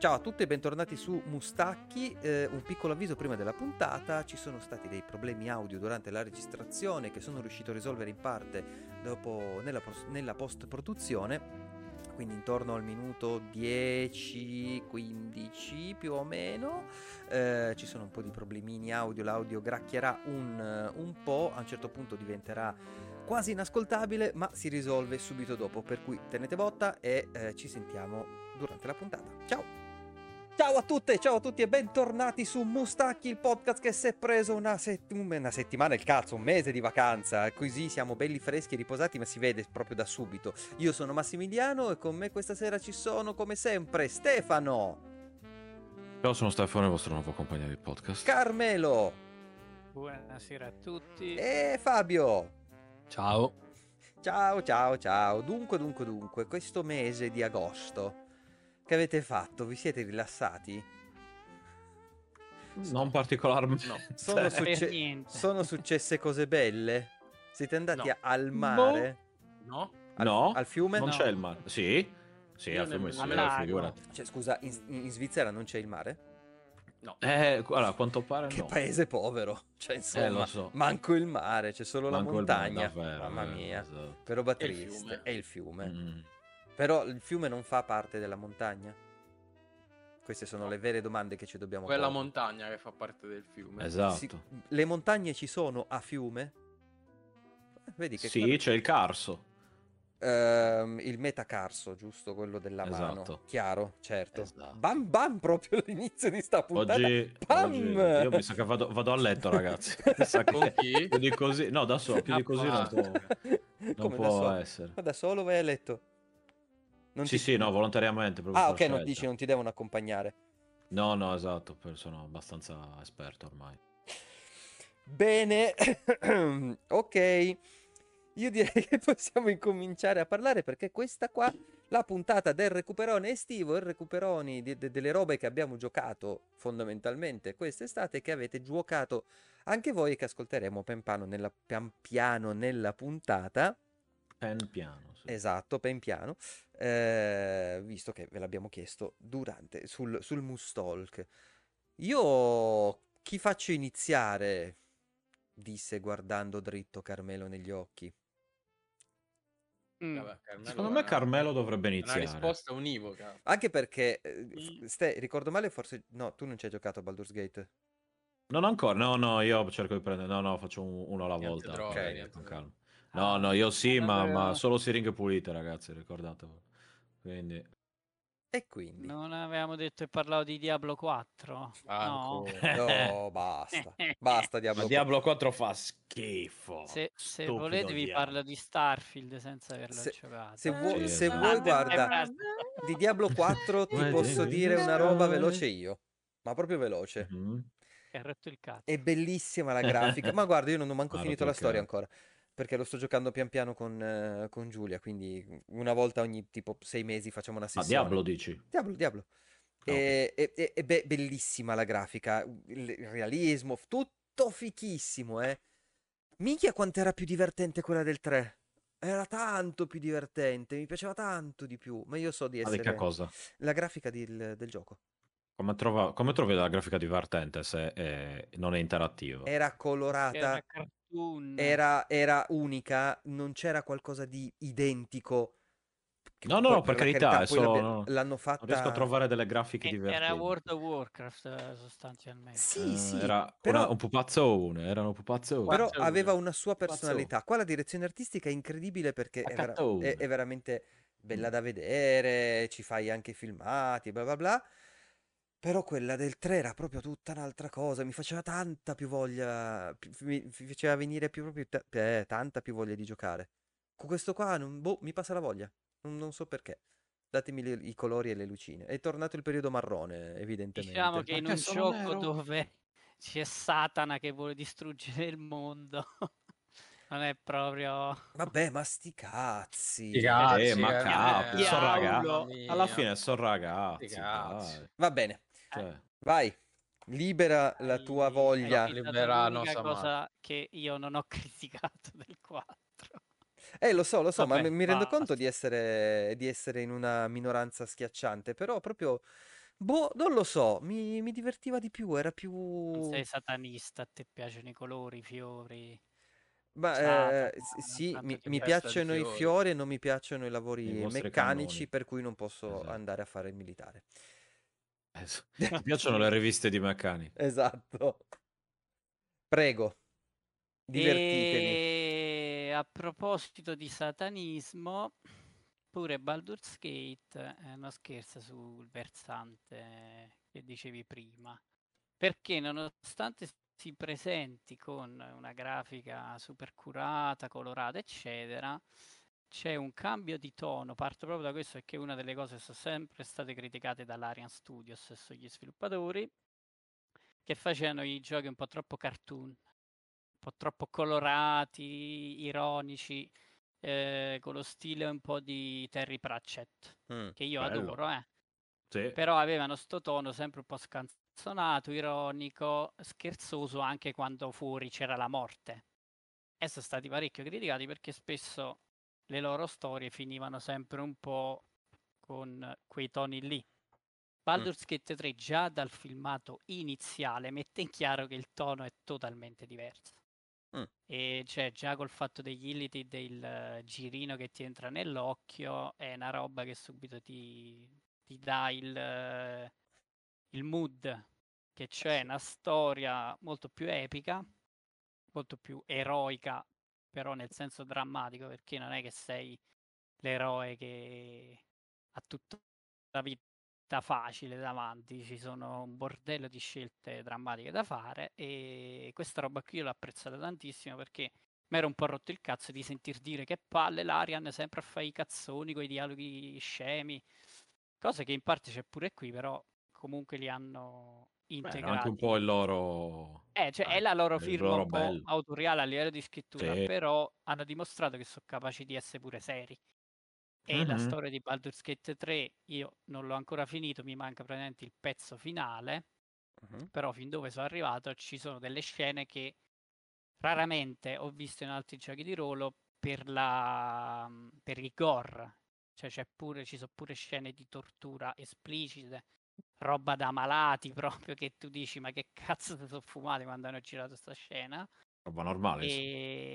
Ciao a tutti e bentornati su Mustacchi. Un piccolo avviso prima della puntata: ci sono stati dei problemi audio durante la registrazione che sono riuscito a risolvere in parte dopo nella post-produzione, quindi intorno al minuto 10-15 più o meno. Ci sono un po' di problemini audio, l'audio gracchierà un po', a un certo punto diventerà quasi inascoltabile, ma si risolve subito dopo, per cui tenete botta e ci sentiamo durante la puntata. Ciao! Ciao a tutte, ciao a tutti e bentornati su Mustacchi, il podcast che si è preso una settimana, il cazzo, un mese di vacanza, così siamo belli freschi e riposati, ma si vede proprio da subito. Io sono Massimiliano e con me questa sera ci sono, come sempre, Stefano. Ciao, sono Stefano, il vostro nuovo compagno di podcast. Carmelo. Buonasera a tutti. E Fabio. Ciao. Ciao. Dunque, questo mese di agosto, che avete fatto? Vi siete rilassati? Non particolarmente. No. Sono successe cose belle? Siete andati No. al mare? No? Al fiume? Non No. c'è il mare. Sì, Io al fiume nemmeno- sì, al lago. figurati. Cioè, scusa, in Svizzera non c'è il mare? No. Allora, a quanto pare Che no. paese povero. Cioè, insomma, Lo so. manco il mare, c'è solo Manco la il mare, montagna. davvero, Mamma mia, esatto. che roba E il triste. fiume. È il fiume. Mm. Però il fiume non fa parte della montagna? Queste sono le vere domande che ci dobbiamo Quella porre. montagna che fa parte del fiume. Esatto. Sì, le montagne ci sono a fiume? Vedi che Sì, c'è il Carso. il metacarso, giusto? Quello della mano. Esatto. Chiaro, certo. Esatto. Bam bam proprio all'inizio di sta puntata. Oggi io mi sa che vado a letto, ragazzi. Mi sa che Con chi? più di così. No, da solo, più di così non può, non Come può da solo? essere. Ma da solo vai a letto? Non Sì, ti- sì, no, volontariamente. Proprio Ah, per ok, non scelta. dici, non ti devono accompagnare. No, esatto, sono abbastanza esperto ormai. Bene, ok. Io direi che possiamo incominciare a parlare, perché questa qua, la puntata del recuperone estivo, il recuperoni delle robe che abbiamo giocato fondamentalmente quest'estate, che avete giocato anche voi, che ascolteremo pian piano nella puntata. Piano, sì. Esatto, pian piano, visto che ve l'abbiamo chiesto durante sul Mustalk. Io chi faccio iniziare? Disse guardando dritto Carmelo negli occhi. Vabbè, Carmelo Secondo me Carmelo dovrebbe è una iniziare. risposta univoca. Anche perché, ricordo male, forse... No, tu non ci hai giocato a Baldur's Gate. Non ancora, no, io cerco di prendere. No, faccio uno alla Niente volta. droga, ok, niente Con droga. calma. No, io sì, ma avevo- solo siringhe pulite, ragazzi, ricordatevelo. Quindi. E quindi... Non avevamo detto e parlato di Diablo 4? No? No, basta. Basta, Diablo. Ma Diablo 4 fa schifo. Se Stupido volete vi Diablo. parlo di Starfield senza averlo giocato. Se vuoi, Sì, se esatto. vuoi, guarda, basta. di Diablo 4 ti posso dire una roba veloce io. Ma proprio veloce. Mhm. Che ha rotto il cazzo. È bellissima la grafica. Ma guarda, io non ho manco Ha finito rotto la il storia cazzo. ancora. Perché lo sto giocando pian piano con Giulia. Quindi una volta ogni tipo 6 mesi facciamo una Ah, sessione. Diablo dici? Diablo. Ah, ok. Bellissima la grafica. Il realismo. Tutto fichissimo, eh. Minchia quanto era più divertente quella del 3. Era tanto più divertente. Mi piaceva tanto di più. Ma io so di Ma di che essere... cosa? La grafica del gioco. Come trovi la grafica divertente se non è interattiva? Era colorata. Era cartoon. Era unica, non c'era qualcosa di identico. Che No, poi, per la carità, è poi solo. l'hanno Non fatta. riesco a trovare delle grafiche Era divertenti. World of Warcraft sostanzialmente. Sì, Era però, un pupazzone, erano pupazzoni. però Pazzo aveva uno. una sua personalità. Qua la direzione artistica è incredibile, perché è Accattone. veramente bella da vedere, ci fai anche i filmati, bla bla bla. Però quella del 3 era proprio tutta un'altra cosa, mi faceva tanta più voglia, mi faceva venire proprio tanta più voglia di giocare. Con questo qua, mi passa la voglia, non so perché. Datemi i colori e le lucine. È tornato il periodo marrone, evidentemente. Diciamo che in Perché un sono gioco nero? dove c'è Satana che vuole distruggere il mondo, non è proprio... Vabbè, ma sti cazzi. Sti cazzi, Ma capo, sono ragazzi. Diavolo. Alla fine sono Sti ragazzi, cazzi. dai. Va bene, Cioè, vai. Libera la tua voglia. Hai citato Liberano l'unica Samar. cosa che io non ho criticato del 4. Lo so, ma Vabbè, mi rendo conto basta. di essere in una minoranza schiacciante, però proprio... Boh, non lo so, mi divertiva di più, era Non più... sei satanista, a te piacciono i colori, i fiori, Ma Satana, non sì, tanto ti mi piace. Festa di piacciono i fiori. fiori e non mi piacciono i I lavori mostri meccanici, cannoni. per cui non posso Esatto. andare a fare il militare. Ti piacciono le riviste di Meccani? Esatto. Prego, divertitevi. E a proposito di satanismo, pure Baldur's Gate non scherza sul versante che dicevi prima, perché nonostante si presenti con una grafica super curata, colorata, eccetera, c'è un cambio di tono. Parto proprio da questo perché è una delle cose che sono sempre state criticate dall'Arian Studios e sugli sviluppatori, che facevano i giochi un po' troppo cartoon, un po' troppo colorati, ironici, con lo stile un po' di Terry Pratchett, Mm, che io Bello. adoro, Sì. però avevano sto tono sempre un po' scanzonato, ironico, scherzoso anche quando fuori c'era la morte. E sono stati parecchio criticati perché spesso le loro storie finivano sempre un po' con quei toni lì. mm, Baldur's Gate 3 già dal filmato iniziale mette in chiaro che il tono è totalmente diverso. mm. E cioè già col fatto degli illiti del girino che ti entra nell'occhio è una roba che subito ti dà il mood, che c'è Sì. una storia molto più epica, molto più eroica, però nel senso drammatico, perché non è che sei l'eroe che ha tutta la vita facile davanti, ci sono un bordello di scelte drammatiche da fare e questa roba qui io l'ho apprezzata tantissimo perché mi ero un po' rotto il cazzo di sentir dire che palle l'Arian sempre a fare i cazzoni con i dialoghi scemi, cose che in parte c'è pure qui, però comunque li hanno Beh, era anche un po' integrati. Cioè è dai, la loro il firma loro un po' bello. autoriale a livello di scrittura, Sì. però hanno dimostrato che sono capaci di essere pure seri. E la Mhm. storia di Baldur's Gate 3 io non l'ho ancora finito, mi manca praticamente il pezzo finale, Mhm. però fin dove sono arrivato ci sono delle scene che raramente ho visto in altri giochi di ruolo per il gore, cioè ci sono pure scene di tortura esplicite, roba da malati proprio che tu dici ma che cazzo si sono fumati quando hanno girato sta scena Roba normale, insomma.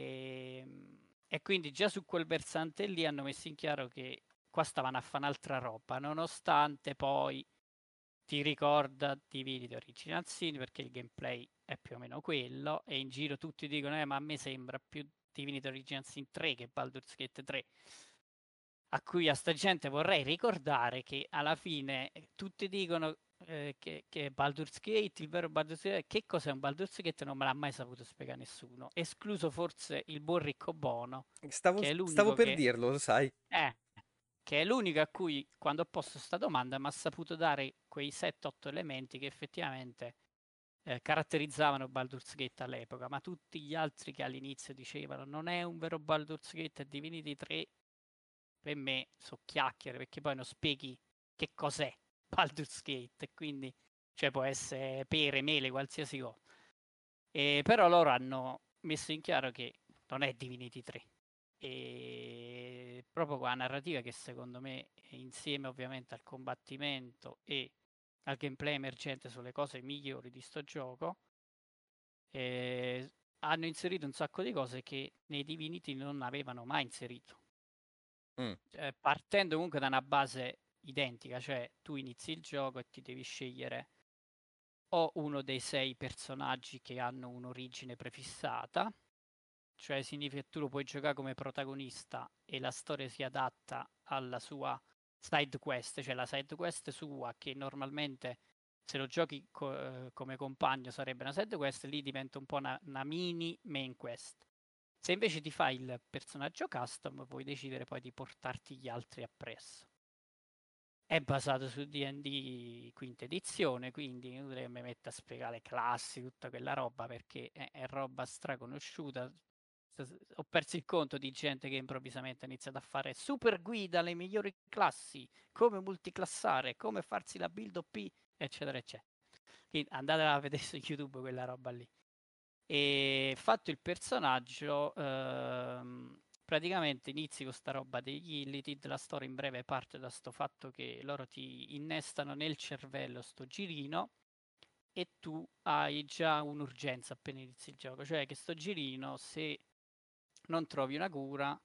e quindi già su quel versante lì hanno messo in chiaro che qua stavano a fare un'altra roba, nonostante poi ti ricorda Divinity Original Sin perché il gameplay è più o meno quello e in giro tutti dicono ma a me sembra più Divinity Original Sin 3 che Baldur's Gate 3, a cui a sta gente vorrei ricordare che alla fine tutti dicono che Baldur's Gate, il vero Baldur's Gate, che cos'è un Baldur's Gate non me l'ha mai saputo spiegare nessuno, escluso forse il buon Ricco Bono, che è Stavo l'unico per dirlo, lo sai. eh, che è l'unico a cui quando ho posto questa domanda mi ha saputo dare quei 7-8 elementi che effettivamente caratterizzavano Baldur's Gate all'epoca, ma tutti gli altri che all'inizio dicevano non è un vero Baldur's Gate, è Divinity 3, per me sono chiacchiere perché poi non spieghi che cos'è Baldur's Gate e quindi cioè può essere pere, mele, qualsiasi cosa. Però loro hanno messo in chiaro che non è Divinity 3 e proprio con la narrativa che secondo me insieme ovviamente al combattimento e al gameplay emergente sulle cose migliori di sto gioco hanno inserito un sacco di cose che nei Divinity non avevano mai inserito. Mm, Partendo comunque da una base identica, cioè tu inizi il gioco e ti devi scegliere o uno dei 6 personaggi che hanno un'origine prefissata, cioè significa che tu lo puoi giocare come protagonista e la storia si adatta alla sua side quest, cioè la side quest sua che normalmente se lo giochi come compagno sarebbe una side quest, lì diventa un po' una mini main quest. Se invece ti fai il personaggio custom, puoi decidere poi di portarti gli altri appresso. È basato su D&D quinta edizione, quindi inutile mi metto a spiegare le classi, tutta quella roba, perché è roba straconosciuta. Ho perso il conto di gente che improvvisamente ha iniziato a fare super guida, le migliori classi, come multiclassare, come farsi la build OP, eccetera, eccetera. Quindi andate a vedere su YouTube quella roba lì. E fatto il personaggio, praticamente inizi con sta roba degli Illithid, la storia in breve parte da sto fatto che loro ti innestano nel cervello sto girino e tu hai già un'urgenza appena inizi il gioco, cioè che sto girino, se non trovi una cura,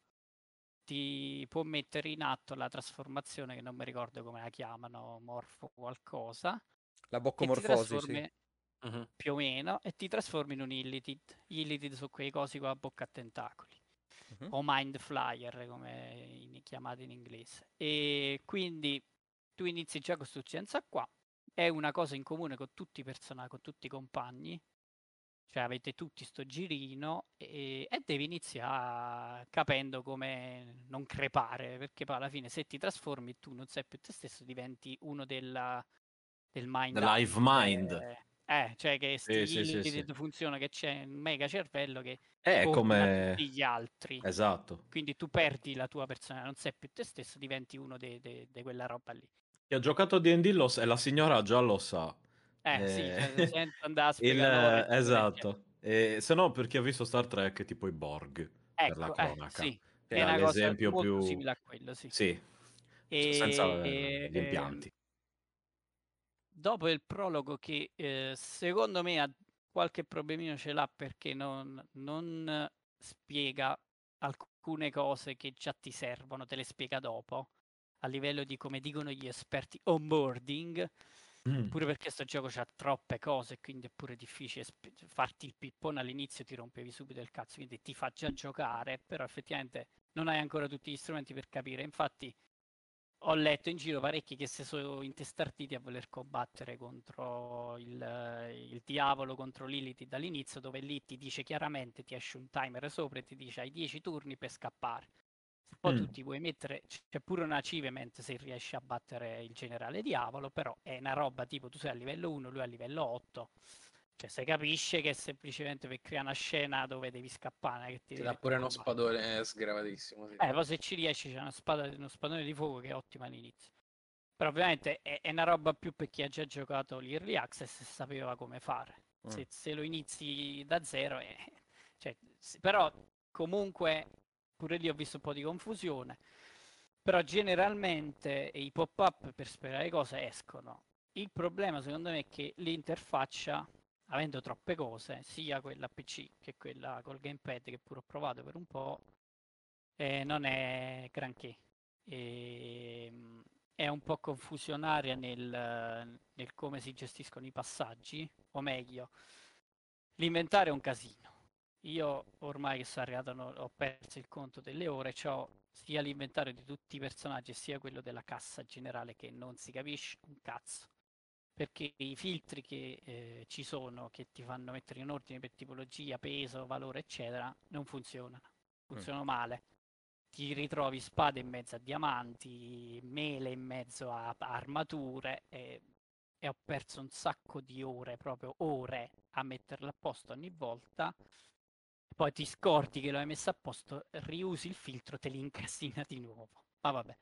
ti può mettere in atto la trasformazione, che non mi ricordo come la chiamano, morfo qualcosa, La che ti boccomorfosi, sì. trasformi Mhm. più o meno e ti trasformi in un Illithid. Gli Illithid sono quei cosi con la bocca a tentacoli, Mhm. o Mind Flyer come chiamati in inglese. E quindi tu inizi già con questa urgenza qua, è una cosa in comune con tutti i personaggi, con tutti i compagni, cioè avete tutti sto girino e devi iniziare capendo come non crepare, perché poi alla fine se ti trasformi tu non sei più te stesso, diventi uno del Mind The Eye. Live Mind. Cioè che Sì, sti sì, sì, sì. Illithid funziona, che c'è un mega cervello che È coordina come... tutti gli altri. Esatto. Quindi tu perdi la tua persona, non sei più te stesso, diventi uno di quella roba lì. Chi ha giocato a D&D e la signora già lo sa. Sì, Eh, cioè, senza andare a spiegare loro, eccetera, eccetera. esatto. Se no, per chi ha visto Star Trek, tipo i Borg, per la Ecco, cronaca. sì, Che è era una cosa l'esempio molto più... simile a quello, sì. Sì, senza E gli impianti. dopo il prologo che secondo me ha qualche problemino ce l'ha perché non spiega alcune cose che già ti servono, te le spiega dopo, a livello di come dicono gli esperti onboarding, Mm. pure perché sto gioco c'ha troppe cose, quindi è pure difficile farti il pippone all'inizio, ti rompevi subito il cazzo, quindi ti fa già giocare, però effettivamente non hai ancora tutti gli strumenti per capire. Infatti ho letto in giro parecchi che si sono intestarditi a voler combattere contro il diavolo, contro Lilith dall'inizio, dove lì ti dice chiaramente, ti esce un timer sopra e ti dice hai 10 turni per scappare. Se poi tu Mm. ti vuoi mettere, c'è pure una achievement se riesci a battere il generale diavolo, però è una roba tipo tu sei a livello 1, lui a livello 8. Cioè, se capisce che è semplicemente per creare una scena dove devi scappare, che ti Ti devi dà mettere a pure uno combattere. spadone sgravatissimo, sì. Poi se ci riesci c'è uno spadone di fuoco che è ottima all'inizio. Però ovviamente è una roba più per chi ha già giocato l'Early Access e sapeva come fare. Mm. Se lo inizi da zero, cioè, però comunque pure lì ho visto un po' di confusione. Però generalmente i pop-up per spiegare cose escono. Il problema secondo me è che l'interfaccia, avendo troppe cose, sia quella PC che quella col gamepad che pure ho provato per un po', non è granché. E, è un po' confusionaria nel come si gestiscono i passaggi, o meglio, l'inventario è un casino. Io ormai che sono arrivato, ho perso il conto delle ore, ho sia l'inventario di tutti i personaggi sia quello della cassa generale che non si capisce un cazzo. Perché i filtri che ci sono, che ti fanno mettere in ordine per tipologia, peso, valore, eccetera, non funzionano. Mm. Funzionano male. Ti ritrovi spade in mezzo a diamanti, mele in mezzo a armature e ho perso un sacco di ore, proprio ore, a metterla a posto ogni volta. Poi ti scordi che lo hai messo a posto, riusi il filtro, te li incassina di nuovo. Ma vabbè.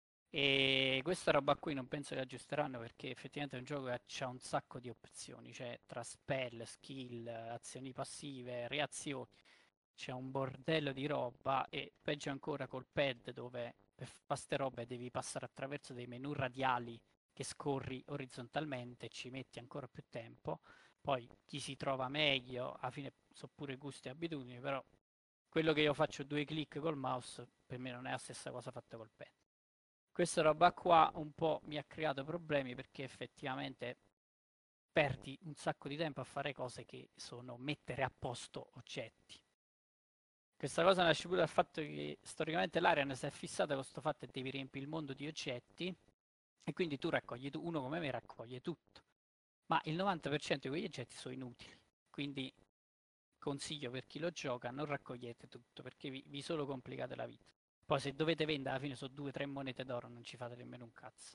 E questa roba qui non penso che aggiusteranno perché effettivamente è un gioco che ha un sacco di opzioni, cioè tra spell, skill, azioni passive, reazioni, c'è un bordello di roba e peggio ancora col pad dove per fare ste robe devi passare attraverso dei menu radiali che scorri orizzontalmente e ci metti ancora più tempo. Poi chi si trova meglio, alla fine sono pure gusti e abitudini, però quello che io faccio 2 clic col mouse per me non è la stessa cosa fatta col pad. Questa roba qua un po' mi ha creato problemi perché effettivamente perdi un sacco di tempo a fare cose che sono mettere a posto oggetti. Questa cosa nasce pure dal fatto che storicamente l'Arian si è fissata con questo fatto che devi riempire il mondo di oggetti e quindi tu raccogli, uno come me raccoglie tutto, ma il 90% di quegli oggetti sono inutili, quindi consiglio per chi lo gioca non raccogliete tutto perché vi solo complicate la vita. Poi se dovete vendere alla fine sono 2-3 monete d'oro, non ci fate nemmeno un cazzo.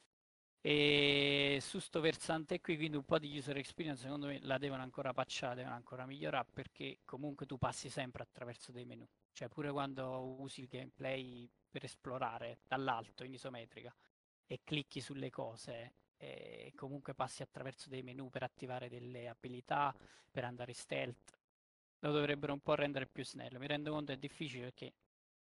E su sto versante qui, quindi un po' di user experience secondo me la devono ancora patchare, devono ancora migliorare perché comunque tu passi sempre attraverso dei menu. Cioè pure quando usi il gameplay per esplorare dall'alto in isometrica e clicchi sulle cose e comunque passi attraverso dei menu per attivare delle abilità, per andare stealth. Lo dovrebbero un po' rendere più snello. Mi rendo conto che è difficile perché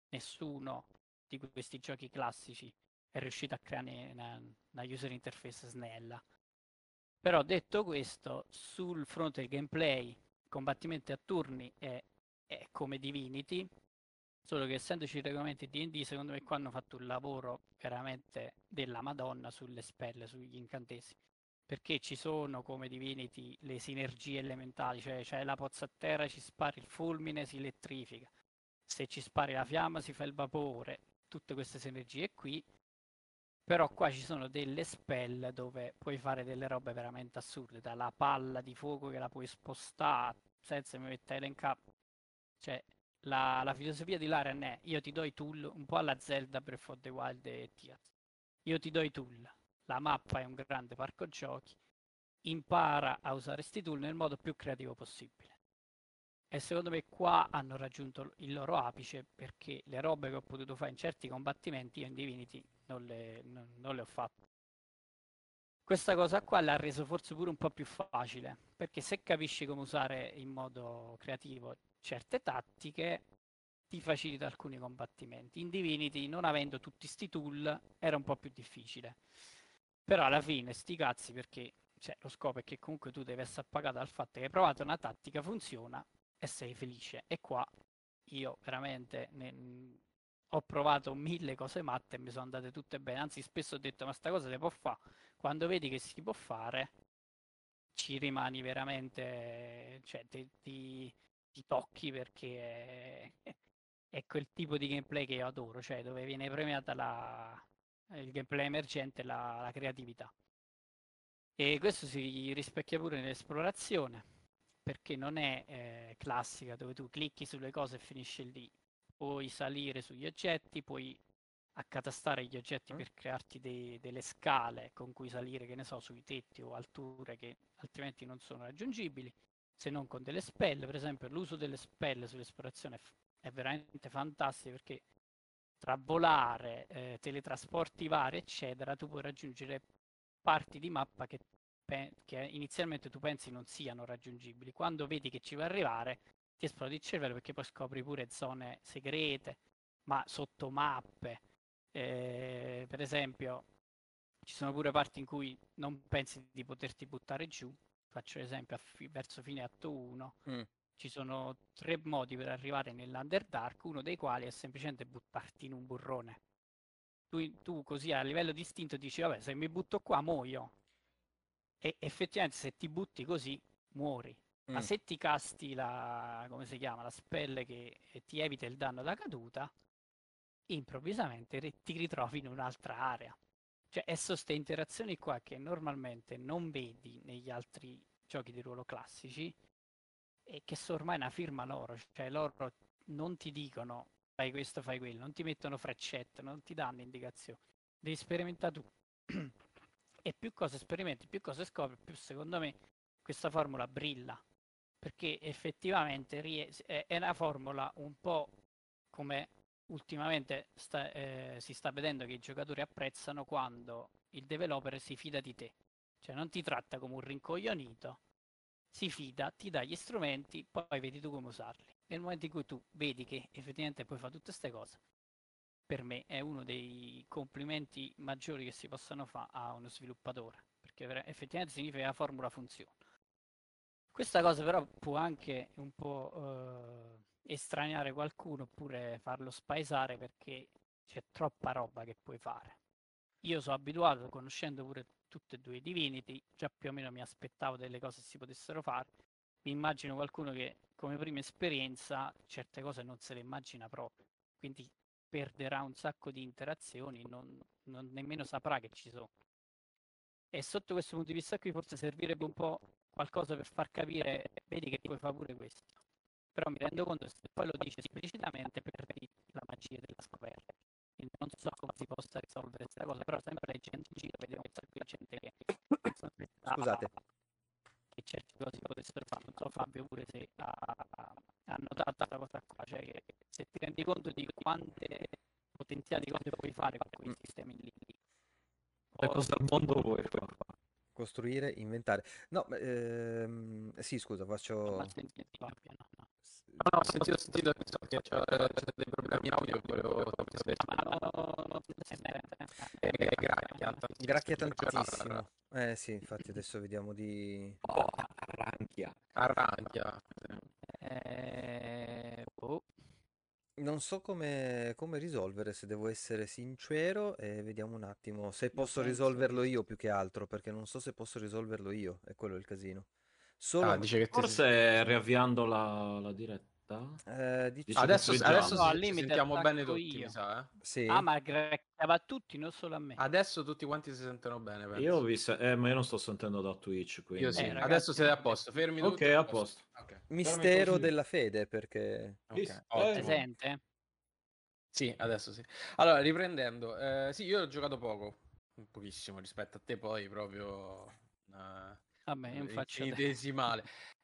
nessuno di questi giochi classici è riuscito a creare una user interface snella. Però detto questo, sul fronte del gameplay, combattimenti a turni è come Divinity, solo che essendoci regolamenti D&D, secondo me qua hanno fatto un lavoro veramente della Madonna sulle spelle, sugli incantesimi, perché ci sono come Divinity le sinergie elementali, cioè c'è la pozza a terra, ci spari il fulmine, si elettrifica, se ci spari la fiamma si fa il vapore, tutte queste sinergie qui. Però qua ci sono delle spell dove puoi fare delle robe veramente assurde, dalla palla di fuoco che la puoi spostare senza mi mettere a elencare. Cioè, la filosofia di Laren è io ti do i tool, un po' alla Zelda Breath of the Wild e Tears. Io ti do i tool, la mappa è un grande parco giochi, impara a usare questi tool nel modo più creativo possibile. E secondo me qua hanno raggiunto il loro apice perché le robe che ho potuto fare in certi combattimenti io in Divinity non le ho fatte. Questa cosa qua l'ha reso forse pure un po' più facile, perché se capisci come usare in modo creativo certe tattiche, ti facilita alcuni combattimenti. In Divinity, non avendo tutti sti tool, era un po' più difficile. Però alla fine, sti cazzi, perché cioè, lo scopo è che comunque tu devi essere appagato dal fatto che hai provato una tattica, funziona e sei felice. E qua io veramente ho provato 1000 cose matte e mi sono andate tutte bene. Anzi, spesso ho detto, ma sta cosa si può fare. Quando vedi che si può fare, ci rimani veramente, cioè ti tocchi perché è quel tipo di gameplay che io adoro, cioè dove viene premiata il gameplay emergente e la creatività. E questo si rispecchia pure nell'esplorazione, perché non è classica dove tu clicchi sulle cose e finisce lì. Puoi salire sugli oggetti, puoi accatastare gli oggetti per crearti delle scale con cui salire, che ne so, sui tetti o alture che altrimenti non sono raggiungibili, se non con delle spell. Per esempio, l'uso delle spell sull'esplorazione è veramente fantastico perché tra volare, teletrasporti vari, eccetera, tu puoi raggiungere parti di mappa che inizialmente tu pensi non siano raggiungibili. Quando vedi che ci va arrivare, ti esplodi il cervello perché poi scopri pure zone segrete, ma sotto mappe. Per esempio, ci sono pure parti in cui non pensi di poterti buttare giù. Faccio l'esempio verso fine atto 1. Ci sono 3 modi per arrivare nell'Underdark, uno dei quali è semplicemente buttarti in un burrone. Tu così a livello di istinto dici, vabbè, se mi butto qua muoio. E effettivamente se ti butti così muori. Ma se ti casti come si chiama, la spell che ti evita il danno da caduta, improvvisamente ti ritrovi in un'altra area. Cioè, sono queste interazioni qua che normalmente non vedi negli altri giochi di ruolo classici e che sono ormai una firma loro. Cioè, loro non ti dicono fai questo, fai quello, non ti mettono freccette, non ti danno indicazioni. Devi sperimentare tu. E più cose sperimenti, più cose scopri, più secondo me questa formula brilla. Perché effettivamente è una formula un po' come ultimamente si sta vedendo che i giocatori apprezzano quando il developer si fida di te, cioè non ti tratta come un rincoglionito, si fida, ti dà gli strumenti, poi vedi tu come usarli. Nel momento in cui tu vedi che effettivamente puoi fare tutte queste cose, per me è uno dei complimenti maggiori che si possano fare a uno sviluppatore, perché effettivamente significa che la formula funziona. Questa cosa però può anche un po' estraniare qualcuno oppure farlo spaesare perché c'è troppa roba che puoi fare. Io sono abituato, conoscendo pure tutte e due i Divinity, già più o meno mi aspettavo delle cose che si potessero fare. Mi immagino qualcuno che come prima esperienza certe cose non se le immagina proprio, quindi perderà un sacco di interazioni, non nemmeno saprà che ci sono. E sotto questo punto di vista qui forse servirebbe un po' qualcosa per far capire, vedi che puoi fare pure questo. Però mi rendo conto che se poi lo dice esplicitamente perdi la magia della scoperta. Quindi non so come si possa risolvere questa cosa, però sempre leggendo in giro vedevo un sacco di gente che Scusate. che certe cose si potessero fare. Non so Fabio pure se ha notato questa cosa qua, cioè che se ti rendi conto di quante potenziali cose puoi fare con quei sistemi lì. Le cose al mondo vuoi fare? Costruire, inventare. No, sì, scusa, faccio... No, ho sentito che c'è dei problemi audio, volevo sapere. Gracchia tantissimo. Sì, infatti adesso vediamo di... Arranchia. Boh. Non so come risolvere, se devo essere sincero, e vediamo un attimo se posso penso risolverlo io più che altro, perché non so se posso risolverlo io, è quello il casino. Ah, Solo... dice che Forse riavviando la diretta? Dice che Adesso friggiamo. No, al ci limite sentiamo bene attacco tutti, mi io. sa, Ah, Sì? ma gracchiava a tutti, non solo a me. Adesso tutti quanti si sentono bene, Io penso. ma io non sto sentendo da Twitch, Io sì. quindi... Adesso Ragazzi, siete a posto, fermi Ok, tutti a a posto. posto. Ok, Mistero della fede, perché... ok, ottimo. presente? Sì, adesso sì. Allora, riprendendo, sì, io ho giocato poco, pochissimo rispetto a te, poi proprio Vabbè, io non faccio te. infinitesimale.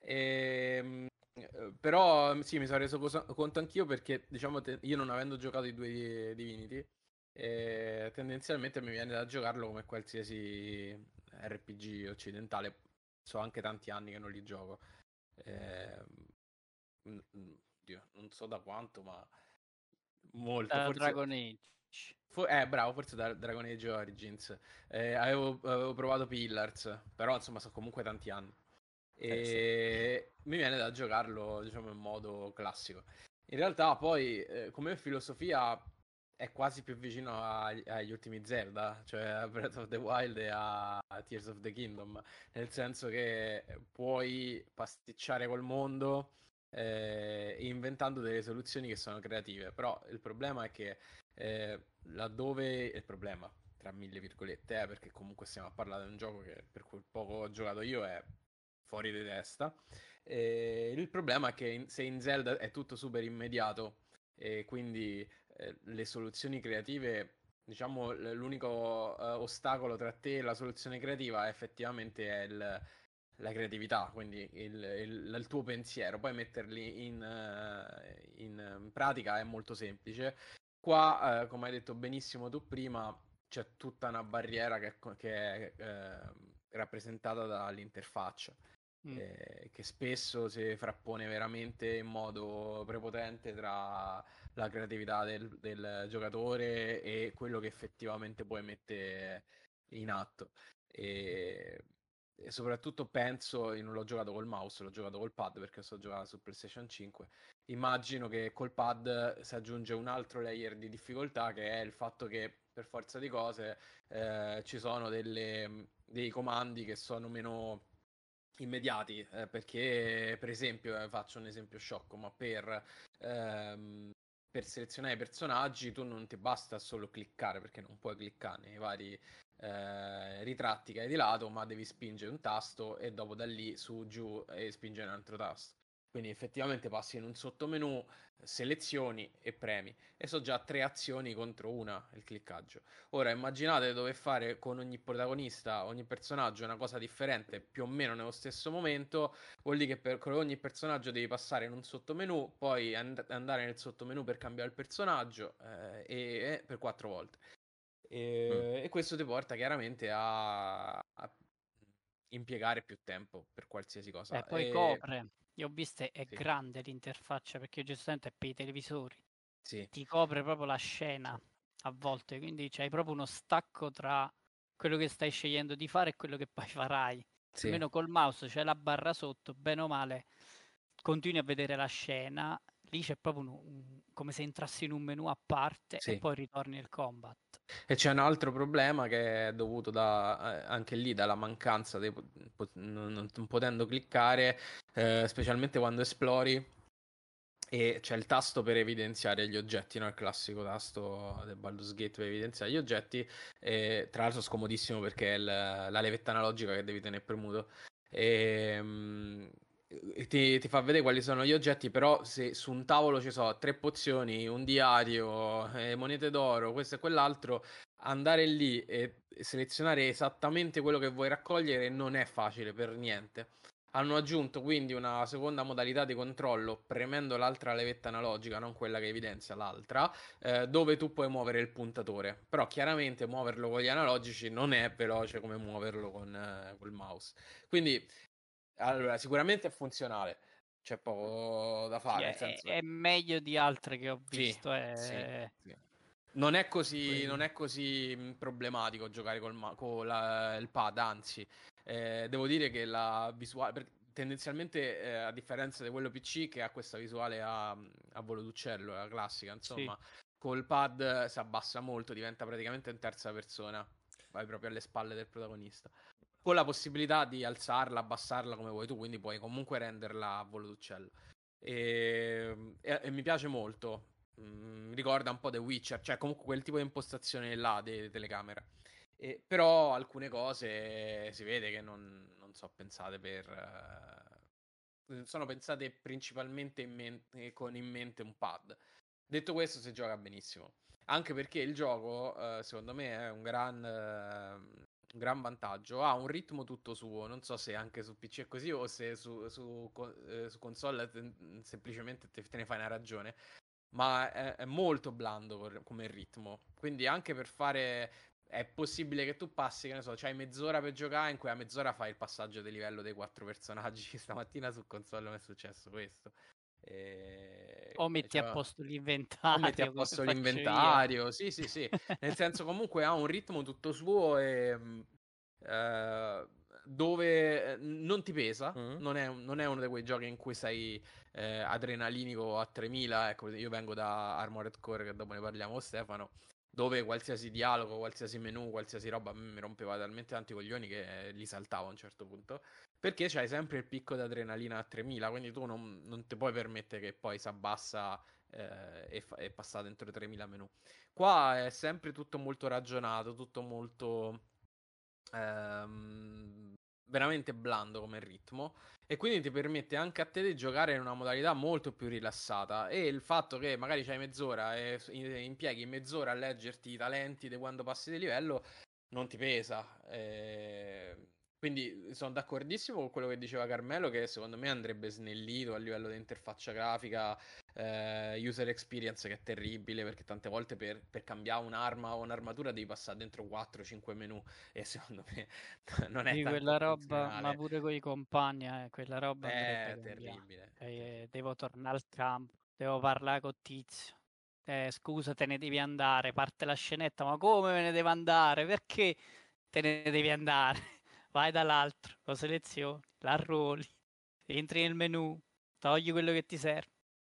Però sì, mi sono reso conto anch'io perché, diciamo, io non avendo giocato i due Divinity, tendenzialmente mi viene da giocarlo come qualsiasi RPG occidentale. So anche tanti anni che non li gioco. Oddio, non so da quanto, ma molto, Da forse. Dragon Age. Bravo, forse da Dragon Age Origins. Avevo provato Pillars, però insomma sono comunque tanti anni. Sì. E mi viene da giocarlo, diciamo, in modo classico. In realtà poi, come filosofia, è quasi più vicino agli ultimi Zelda, cioè a Breath of the Wild e a Tears of the Kingdom, nel senso che puoi pasticciare col mondo inventando delle soluzioni che sono creative, però il problema è che laddove il problema, tra mille virgolette, perché comunque stiamo a parlare di un gioco che per quel poco ho giocato io è fuori di testa. Il problema è che se in Zelda è tutto super immediato e quindi le soluzioni creative, diciamo, l'unico ostacolo tra te e la soluzione creativa effettivamente è la creatività, quindi il tuo pensiero. Poi metterli in pratica è molto semplice. Qua, come hai detto benissimo tu prima, c'è tutta una barriera che è rappresentata dall'interfaccia, che spesso si frappone veramente in modo prepotente tra la creatività del giocatore e quello che effettivamente poi mette in atto. E, e soprattutto penso, io non l'ho giocato col mouse, l'ho giocato col pad perché sto giocando su PlayStation 5. Immagino che col pad si aggiunge un altro layer di difficoltà, che è il fatto che per forza di cose ci sono dei comandi che sono meno immediati, perché per esempio, faccio un esempio sciocco, ma per selezionare i personaggi tu non ti basta solo cliccare, perché non puoi cliccare nei vari ritratti che hai di lato, ma devi spingere un tasto e dopo da lì su giù e spingere un altro tasto. Quindi effettivamente passi in un sottomenu, selezioni e premi. E so già 3 azioni contro una, il cliccaggio. Ora immaginate dover fare con ogni protagonista, ogni personaggio una cosa differente più o meno nello stesso momento, vuol dire che con ogni personaggio devi passare in un sottomenu, poi andare nel sottomenu per cambiare il personaggio e per 4 volte. E questo ti porta chiaramente a impiegare più tempo per qualsiasi cosa. Poi copre. Io ho visto è Sì, grande l'interfaccia perché io giustamente è per i televisori. sì, Ti copre proprio la scena a volte, quindi c'hai proprio uno stacco tra quello che stai scegliendo di fare e quello che poi farai. sì. Almeno col mouse c'è la barra sotto, bene o male, continui a vedere la scena, lì c'è proprio come se entrassi in un menu a parte e Sì. poi ritorni al combat. E c'è un altro problema che è dovuto anche lì dalla mancanza non potendo cliccare, specialmente quando esplori. E c'è il tasto per evidenziare gli oggetti, no? Il classico tasto del Baldur's Gate per evidenziare gli oggetti. Tra l'altro scomodissimo perché è la levetta analogica che devi tenere premuto. E, ti fa vedere quali sono gli oggetti, però se su un tavolo ci sono 3 pozioni, un diario, monete d'oro, questo e quell'altro, andare lì e selezionare esattamente quello che vuoi raccogliere non è facile per niente. Hanno aggiunto quindi una seconda modalità di controllo premendo l'altra levetta analogica, non quella che evidenzia l'altra, dove tu puoi muovere il puntatore. Però chiaramente muoverlo con gli analogici non è veloce come muoverlo col mouse. Quindi, allora, sicuramente è funzionale. c'è poco da Sì, fare, nel senso... è meglio di altre che ho Sì, visto. sì, sì. Non è così, non Quello. è così problematico giocare con il pad, anzi, devo dire che la visuale, tendenzialmente, a differenza di quello PC che ha questa visuale a volo d'uccello, la classica, Sì. insomma, col pad si abbassa molto, diventa praticamente in terza persona, vai proprio alle spalle del protagonista, con la possibilità di alzarla, abbassarla come vuoi tu, quindi puoi comunque renderla a volo d'uccello. E mi piace molto. Mi ricorda un po' The Witcher, cioè comunque quel tipo di impostazione là di telecamera. Però alcune cose si vede che non so pensate sono pensate principalmente con in mente un pad. Detto questo, si gioca benissimo. Anche perché il gioco, secondo me, è un gran vantaggio. Ha un ritmo tutto suo. Non so se anche su PC è così o se su console semplicemente te ne fai una ragione. Ma è molto blando come ritmo. Quindi anche per fare... È possibile che tu passi, che ne so, c'hai mezz'ora per giocare, in quella mezz'ora fai il passaggio di livello dei 4 personaggi. Stamattina su console mi è successo questo. O metti a Cioè, posto o metti a l'inventario come posto faccio io. l'inventario, sì, sì, sì. Nel senso, comunque ha un ritmo tutto suo e eh, dove non ti pesa. Mm. Non è uno di quei giochi in cui sei adrenalinico a 3000. Ecco, io vengo da Armored Core, che dopo ne parliamo con Stefano, dove qualsiasi dialogo, qualsiasi menu, qualsiasi roba a me mi rompeva talmente tanti coglioni che li saltavo a un certo punto. Perché c'hai sempre il picco di adrenalina a 3000, quindi tu non ti puoi permettere che poi si abbassa e passa dentro i 3000 menu. Qua è sempre tutto molto ragionato, tutto molto veramente blando come ritmo, e quindi ti permette anche a te di giocare in una modalità molto più rilassata, e il fatto che magari c'hai mezz'ora e impieghi mezz'ora a leggerti i talenti di quando passi di livello non ti pesa. Quindi sono d'accordissimo con quello che diceva Carmelo, che secondo me andrebbe snellito a livello di interfaccia grafica, user experience, che è terribile, perché tante volte per cambiare un'arma o un'armatura devi passare dentro 4-5 menu, e secondo me non è Di tanto quella roba, ma funzionale. pure con i compagni, quella roba andrebbe È cambiata. terribile, è terribile. Devo tornare al campo, devo parlare con Tizio. Scusa, te ne devi andare, parte la scenetta, ma come me ne devo andare? Perché te ne devi andare? Vai dall'altro, lo selezioni, la arruoli, entri nel menu, togli quello che ti serve.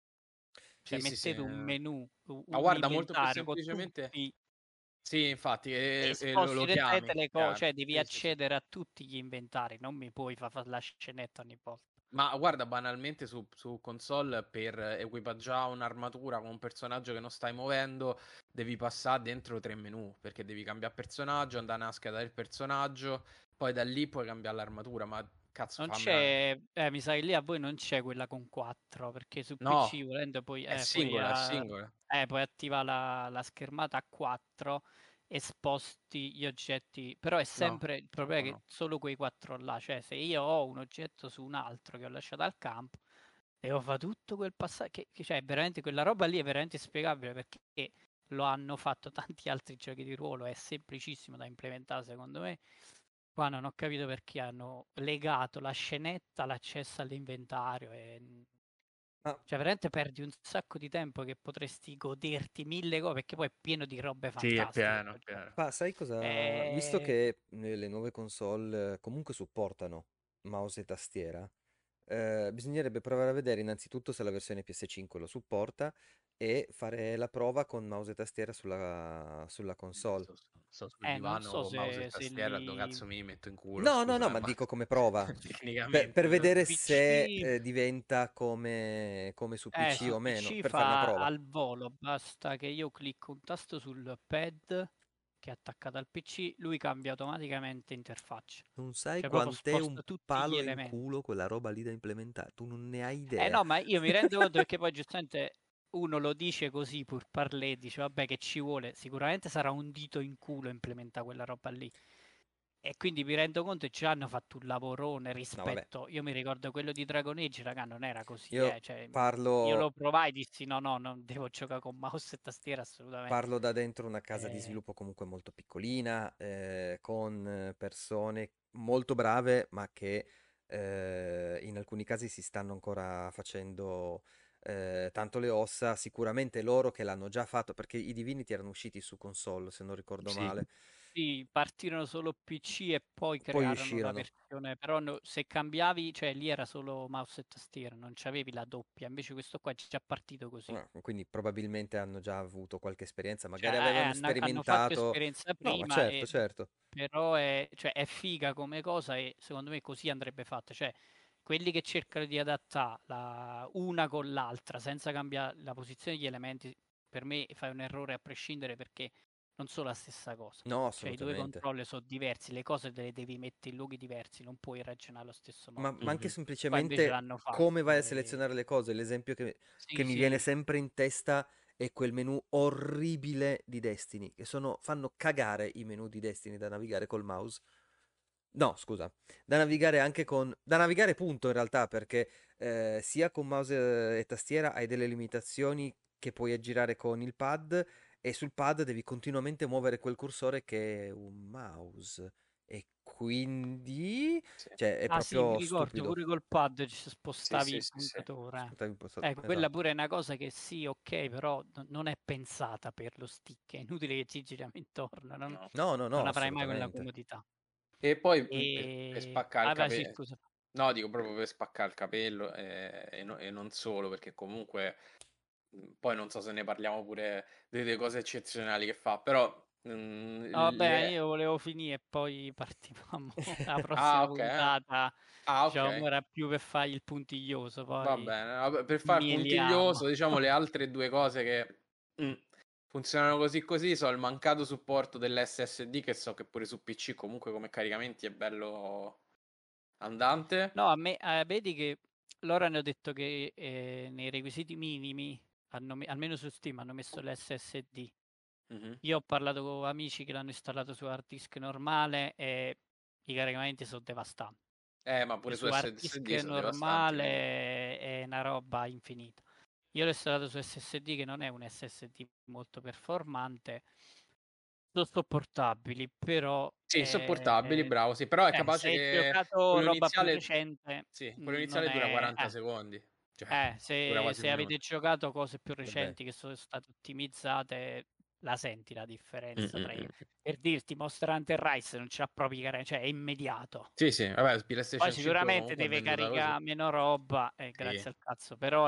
Cioè, Sì, sì, sì. mettete un menu, Ma un guarda, molto più inventario con semplicemente... tutti Sì, infatti, e e sposti lo direttamente chiami, le cose, chiaro. cioè devi Sì, sì, sì. accedere a tutti gli inventari, non mi puoi fare la scenetta ogni volta. Ma guarda, banalmente su console, per equipaggiare un'armatura con un personaggio che non stai muovendo, devi passare dentro 3 menu, perché devi cambiare personaggio, andare a scheda del personaggio, poi da lì puoi cambiare l'armatura, ma cazzo, Non fammela... c'è, mi sa che lì a voi non c'è quella con 4, perché su PC No, volendo è singola, è singola. puoi attivare la schermata a 4 e sposti gli oggetti, però è No, sempre il problema purtroppo è che no. solo quei 4 là, cioè se io ho un oggetto su un altro che ho lasciato al campo, devo fare tutto quel passaggio, cioè veramente quella roba lì è veramente spiegabile perché lo hanno fatto tanti altri giochi di ruolo, è semplicissimo da implementare secondo me. Qua non ho capito perché hanno legato la scenetta all'accesso all'inventario Ah, cioè veramente perdi un sacco di tempo che potresti goderti mille cose perché poi è pieno di robe Sì, è fantastiche pieno, è quel gioco. pieno. sai cosa? Visto Eh, che le nuove console comunque supportano mouse e tastiera, bisognerebbe provare a vedere innanzitutto se la versione PS5 lo supporta e fare la prova con mouse e tastiera sulla console. Sto sul non divano so con mouse e se tastiera, dove lì cazzo mi metto in culo, No, no, scusa, no, ma ma dico come prova. Per tecnicamente... vedere se PC diventa come su PC su o meno, PC per fare una fa prova. al volo, basta che io clicco un tasto sul pad che è attaccato al PC, lui cambia automaticamente interfaccia. Non sai Cioè proprio quant'è un sposta tutti gli palo in elementi. culo quella roba lì da implementare. Tu non ne hai Eh idea. no, ma io mi rendo conto perché poi giustamente uno lo dice così pur parlé, dice vabbè che ci vuole, sicuramente sarà un dito in culo implementare quella roba lì. E quindi mi rendo conto che già hanno fatto un lavorone No, vabbè, rispetto, io mi ricordo quello di Dragon Age, raga, non era così, io cioè, io parlo, lo provai e dissi no, no, non devo giocare con mouse e tastiera assolutamente. parlo da dentro una casa di Eh, sviluppo comunque molto piccolina, con persone molto brave, ma che in alcuni casi si stanno ancora facendo tanto le ossa, sicuramente loro che l'hanno già fatto, perché i Divinity erano usciti su console, se non ricordo Sì. male. Sì, partirono solo PC e poi Poi crearono la uscirono. versione, però se cambiavi, cioè lì era solo mouse e tastiera, non c'avevi la doppia, invece questo qua è già partito così. Quindi probabilmente hanno già avuto qualche esperienza, Cioè, magari avevano hanno fatto sperimentato. esperienza No, ma prima, certo, certo. però cioè, è figa come cosa e secondo me così andrebbe fatta. Cioè, quelli che cercano di adattare una con l'altra senza cambiare la posizione degli elementi, per me fai un errore a prescindere perché non sono la stessa cosa. No, Cioè, i due assolutamente. controlli sono diversi, le cose te le devi mettere in luoghi diversi, non puoi ragionare allo stesso Ma, modo. ma anche Mhm. Qua invece semplicemente l'hanno come vai fatto a e selezionare le cose. L'esempio che sì, mi viene sì. sempre in testa è quel menu orribile di Destiny, che fanno cagare i menu di Destiny da navigare col mouse. No, scusa, da navigare anche con. Da navigare punto in realtà, perché sia con mouse e tastiera hai delle limitazioni che puoi aggirare con il pad e sul pad devi continuamente muovere quel cursore che è un mouse. E quindi, Sì. cioè, è Ah sì, mi proprio ricordo stupido. pure col pad ci Sì, spostavi sì, il sì, sì. puntatore. Quella Esatto. pure è una cosa che sì, ok, però non è pensata per lo stick, è inutile che ci giriamo intorno, No. No, no, no, non avrai mai quella assolutamente. comodità. E poi per E... spaccare il Ah, vai, sì, capello, scusa. no, dico proprio per spaccare il capello e non solo, perché comunque poi non so se ne parliamo pure delle cose eccezionali che fa, però No, vabbè, io volevo finire e poi partivamo alla Ah, prossima ok. puntata. Ah, Diciamo, ok. era più per fargli il puntiglioso, Va poi bene. Vabbè, per far puntiglioso, meliamo. diciamo le altre due cose che mm, funzionano così così sono il mancato supporto dell'SSD, che so che pure su PC comunque come caricamenti è bello andante. No, a me, vedi che loro hanno detto che nei requisiti minimi, almeno su Steam, hanno messo l'SSD. Mhm. Io ho parlato con amici che l'hanno installato su hard disk normale e i caricamenti sono devastanti. Ma Cioè, pure su su hard disk SSD sono devastanti, quindi. normale è una roba infinita. Io l'ho installato su SSD che non è un SSD molto performante. Sono sopportabili, però Sì, sopportabili, bravo, sì, però è se capace hai che giocato quello roba più iniziale, recente, sì, quello non iniziale dura è... 40 secondi, cioè dura se, quasi se un avete minuto. giocato cose più Vabbè. recenti che sono state ottimizzate, la senti la differenza tra Mm. per dirti Monster Hunter Rise non ce l'ha proprio cioè è immediato. Sì, sì, vabbè, Poi PlayStation 5 sicuramente comunque è deve venduta così. caricare meno roba, Sì. grazie al cazzo, però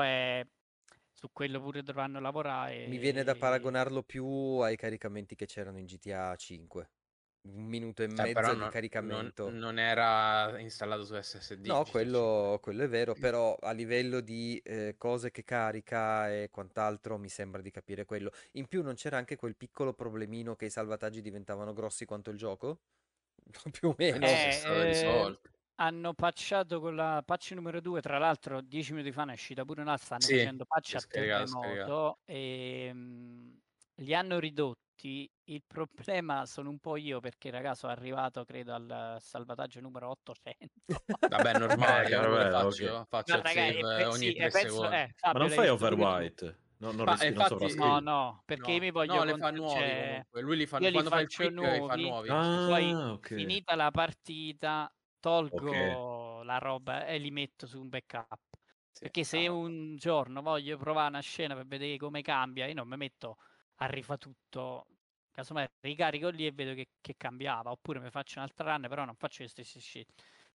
su quello pure dovranno lavorare. Mi viene da paragonarlo più ai caricamenti che c'erano in GTA 5. Un minuto e Però mezzo di caricamento. non era installato su SSD No, GTA 5. quello è vero, però a livello di cose che carica e quant'altro mi sembra di capire quello. In più non c'era anche quel piccolo problemino che i salvataggi diventavano grossi quanto il gioco? Più o meno. Penso sia stato risolto. Hanno patchato con la patch numero 2, tra l'altro 10 minuti fa ne è uscita pure un'altra, stanno Sì, facendo patch si è a scaricato, scaricato. terremoto e li hanno ridotti. Il problema sono un po' io perché ragazzi sono arrivato credo al salvataggio numero 800. Vabbè, è normale, io Vabbè, pure ok. faccio No, il raga, save ogni sì, 3 penso, secondi. Ma non Fabio, l'hai fai visto pure tu. overwrite? Non, Ma non infatti, No, sovrascrivi? no, perché io no, mi no, voglio le fa nuovi cioè, comunque. Lui io li quando fa il faccio quick li fa nuovi, nuovi. Sì, sì. poi Ah, ok. finita la partita Ok. tolgo la roba e li metto su un backup. Sì. Perché se Ah, un giorno voglio provare una scena per vedere come cambia, io non mi metto a rifare tutto. Casomai ricarico lì e vedo che cambiava, oppure mi faccio un'altra run, però non faccio le stesse scelte.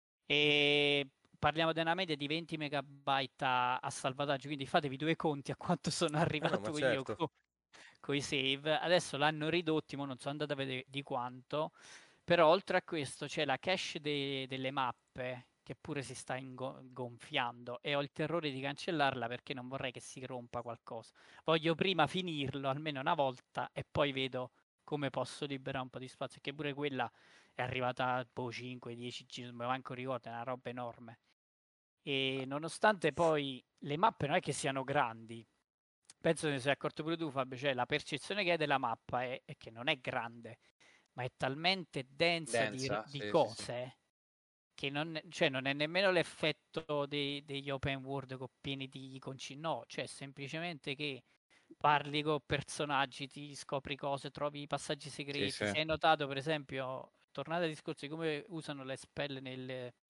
E parliamo di una media di 20 megabyte a salvataggio, quindi fatevi due conti a quanto sono Ah no, ma arrivato io certo. con i save. Adesso l'hanno ridotti, ma non sono andato a vedere di quanto. Però oltre a questo c'è la cache delle mappe che pure si sta gonfiando e ho il terrore di cancellarla perché non vorrei che si rompa qualcosa. Voglio prima finirlo almeno una volta e poi vedo come posso liberare un po' di spazio, che pure quella è arrivata a 5-10 G, non me manco ricordo, è una roba enorme. E nonostante poi le mappe non è che siano grandi, penso che ne sei accorto pure tu Fabio, cioè la percezione che hai della mappa è che non è grande, ma è talmente densa densa, di sì, sì, sì. cose che cioè non è nemmeno l'effetto degli open world pieni di iconci, no, cioè semplicemente che parli con personaggi, ti scopri cose, trovi passaggi Sì, segreti. sì. Se hai notato, per esempio, tornate al discorso di come usano le spell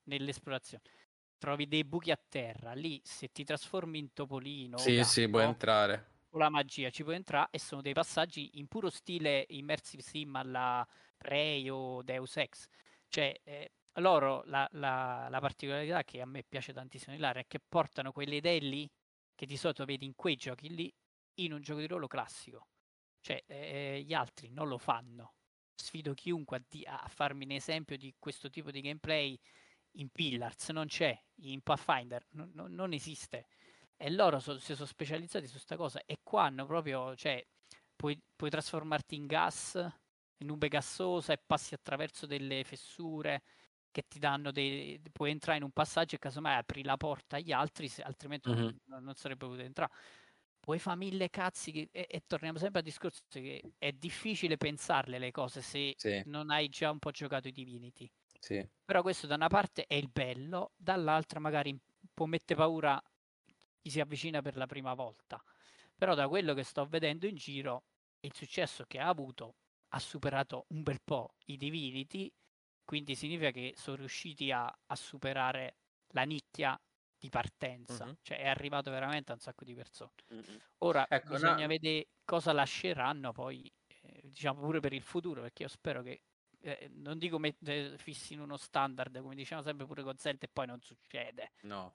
nell'esplorazione, trovi dei buchi a terra, lì se ti trasformi in topolino o Sì, sì, puoi gatto, entrare. con la magia ci puoi entrare e sono dei passaggi in puro stile immersive sim alla Prey o Deus Ex. Cioè, loro la particolarità che a me piace tantissimo di Lara è che portano quelle idee lì che di solito vedi in quei giochi lì in un gioco di ruolo classico. Cioè, gli altri non lo fanno. Sfido chiunque a farmi un esempio di questo tipo di gameplay in Pillars, non c'è, in Pathfinder non esiste. E loro si sono specializzati su sta cosa e qua hanno proprio, cioè, puoi trasformarti in gas, in nube gassosa e passi attraverso delle fessure che ti danno puoi entrare in un passaggio e casomai apri la porta agli altri, altrimenti Mhm. non sarebbe potuto entrare. Puoi fare mille cazzi e torniamo sempre al discorso che è difficile pensarle le cose se Sì, non hai già un po' giocato i Divinity. sì. Però questo da una parte è il bello, dall'altra magari può mettere paura chi si avvicina per la prima volta. Però da quello che sto vedendo in giro, il successo che ha avuto ha superato un bel po' i Divinity, quindi significa che sono riusciti a superare la nicchia di partenza, Mhm. cioè è arrivato veramente a un sacco di persone. Mm-mm. Ora Ecco, bisogna vedere cosa lasceranno poi, diciamo pure per il futuro, perché io spero che non dico fissino uno standard, come diciamo sempre pure con Zelda e poi non succede. no,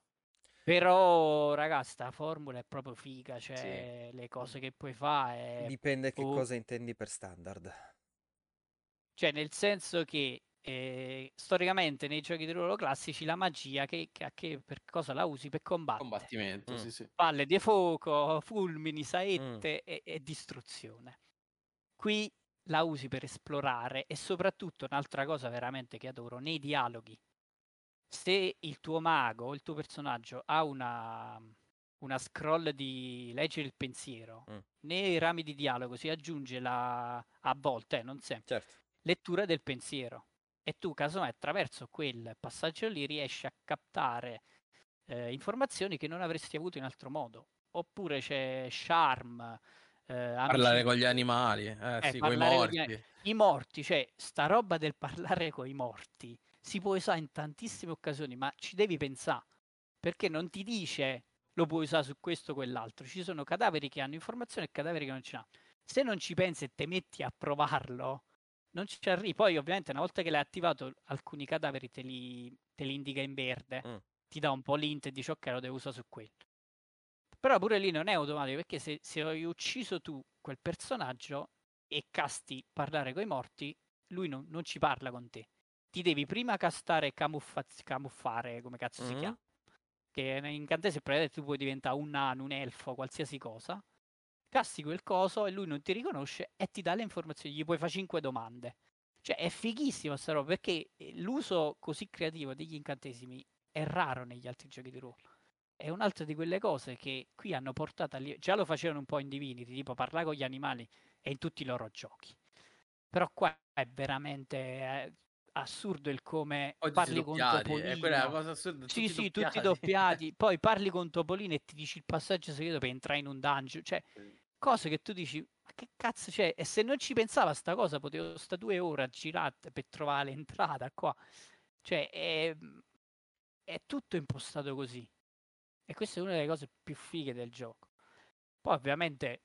Però, ragazzi, sta formula è proprio figa, sì. cioè le cose che puoi fare, Dipende che oh, cosa intendi per standard. cioè nel senso che storicamente nei giochi di ruolo classici la magia per cosa la usi? Per combattere. Combattimento, Mm, sì, sì. Palle di fuoco, fulmini, mm, saette e distruzione. Qui la usi per esplorare e soprattutto un'altra cosa veramente che adoro, nei dialoghi. Se il tuo mago o il tuo personaggio ha una scroll di leggere il pensiero, mm, nei rami di dialogo si aggiunge a volte, non sempre, certo. lettura del pensiero. E tu, casomai, attraverso quel passaggio lì riesci a captare informazioni che non avresti avuto in altro modo. Oppure c'è Charm, Parlare con gli amicizia, animali, sì, coi parlare con morti. i morti, cioè sta roba del parlare con i morti si può usare in tantissime occasioni, ma ci devi pensare, perché non ti dice lo puoi usare su questo o quell'altro. Ci sono cadaveri che hanno informazioni e cadaveri che non ce l'hanno. Se non ci pensi e te metti a provarlo, non ci arrivi. Poi, ovviamente, una volta che l'hai attivato, alcuni cadaveri te li indica in verde, Mm, ti dà un po' l'int e dici ok, lo devo usare su quello. Però pure lì non è automatico, perché se hai ucciso tu quel personaggio e casti parlare coi morti, lui non ci parla con te. Ti devi prima castare camuffare, come cazzo si mm, chiama, che in incantesimo praticamente tu puoi diventare un nano, un elfo, qualsiasi cosa, casti quel coso e lui non ti riconosce e ti dà le informazioni, gli puoi fare 5 domande. Cioè è fighissima sta roba, perché l'uso così creativo degli incantesimi è raro negli altri giochi di ruolo. È un'altra di quelle cose che qui hanno portato già lo facevano un po' in Divinity, tipo parlare con gli animali e in tutti i loro giochi. Però qua è veramente assurdo il come Poi tutti parli con doppiati, e quella è la Topolino. cosa assurda, Sì, tutti sì, tutti doppiati. doppiati. Poi parli con Topolino e ti dici il passaggio segreto per entrare in un dungeon. Cioè, cose che tu dici, ma che cazzo c'è? E se non ci pensava a sta cosa, potevo sta 2 ore a girare per trovare l'entrata qua. Cioè, è tutto impostato così. E questa è una delle cose più fighe del gioco. Poi ovviamente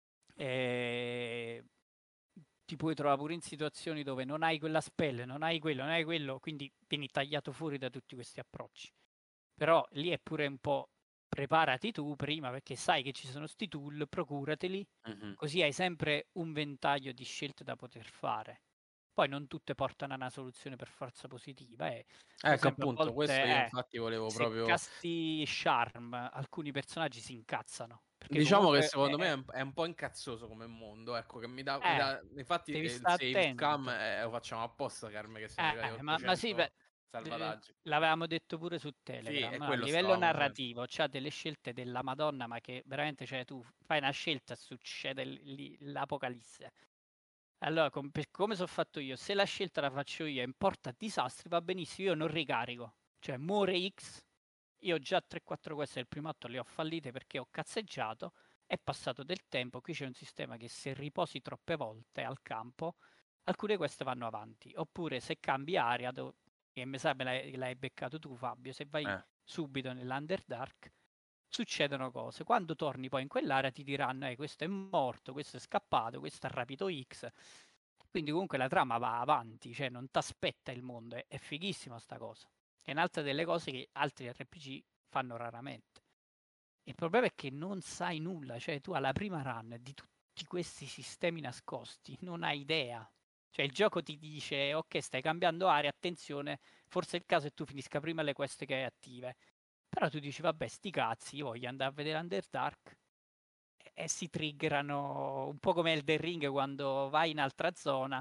eh, ti puoi trovare pure in situazioni dove non hai quella spell, non hai quello, quindi vieni tagliato fuori da tutti questi approcci. Però lì è pure un po' preparati tu prima perché sai che ci sono sti tool, procurateli, Mhm. così hai sempre un ventaglio di scelte da poter fare. Poi non tutte portano a una soluzione per forza positiva. Per Ecco esempio, a appunto, volte questo io infatti volevo se proprio. casti Charm, alcuni personaggi si incazzano. Perché Diciamo che comunque secondo me è un po' incazzoso come mondo, ecco, che infatti devi il stare save scam attento. lo facciamo apposta, Carme, che siamo arrivati a Ma sì, beh, 800 salvataggi. l'avevamo detto pure su Sì, Telegram. e No, a quello livello stavamo dicendo. narrativo c'ha delle scelte della Madonna, ma che veramente, cioè, tu fai una scelta e succede l'apocalisse. Allora, per come sono fatto io, se la scelta la faccio io e importa disastri, va benissimo, io non ricarico. Cioè, muore X, io già 3-4 queste del primo atto le ho fallite perché ho cazzeggiato, è passato del tempo, qui c'è un sistema che se riposi troppe volte al campo, alcune queste vanno avanti. Oppure se cambi area, che mi sa l'hai beccato tu, Fabio, se vai subito nell'Underdark succedono cose. Quando torni poi in quell'area ti diranno questo è morto, questo è scappato, questo ha rapito X. Quindi comunque la trama va avanti, cioè non ti aspetta il mondo, è fighissima sta cosa. È un'altra delle cose che altri RPG fanno raramente. Il problema è che non sai nulla, cioè tu alla prima run di tutti questi sistemi nascosti non hai idea. Cioè il gioco ti dice ok, stai cambiando area, attenzione, forse è il caso che tu finisca prima le quest che hai attive. Però tu dici vabbè sti cazzi, io voglio andare a vedere Underdark e si triggerano un po' come Elden Ring quando vai in altra zona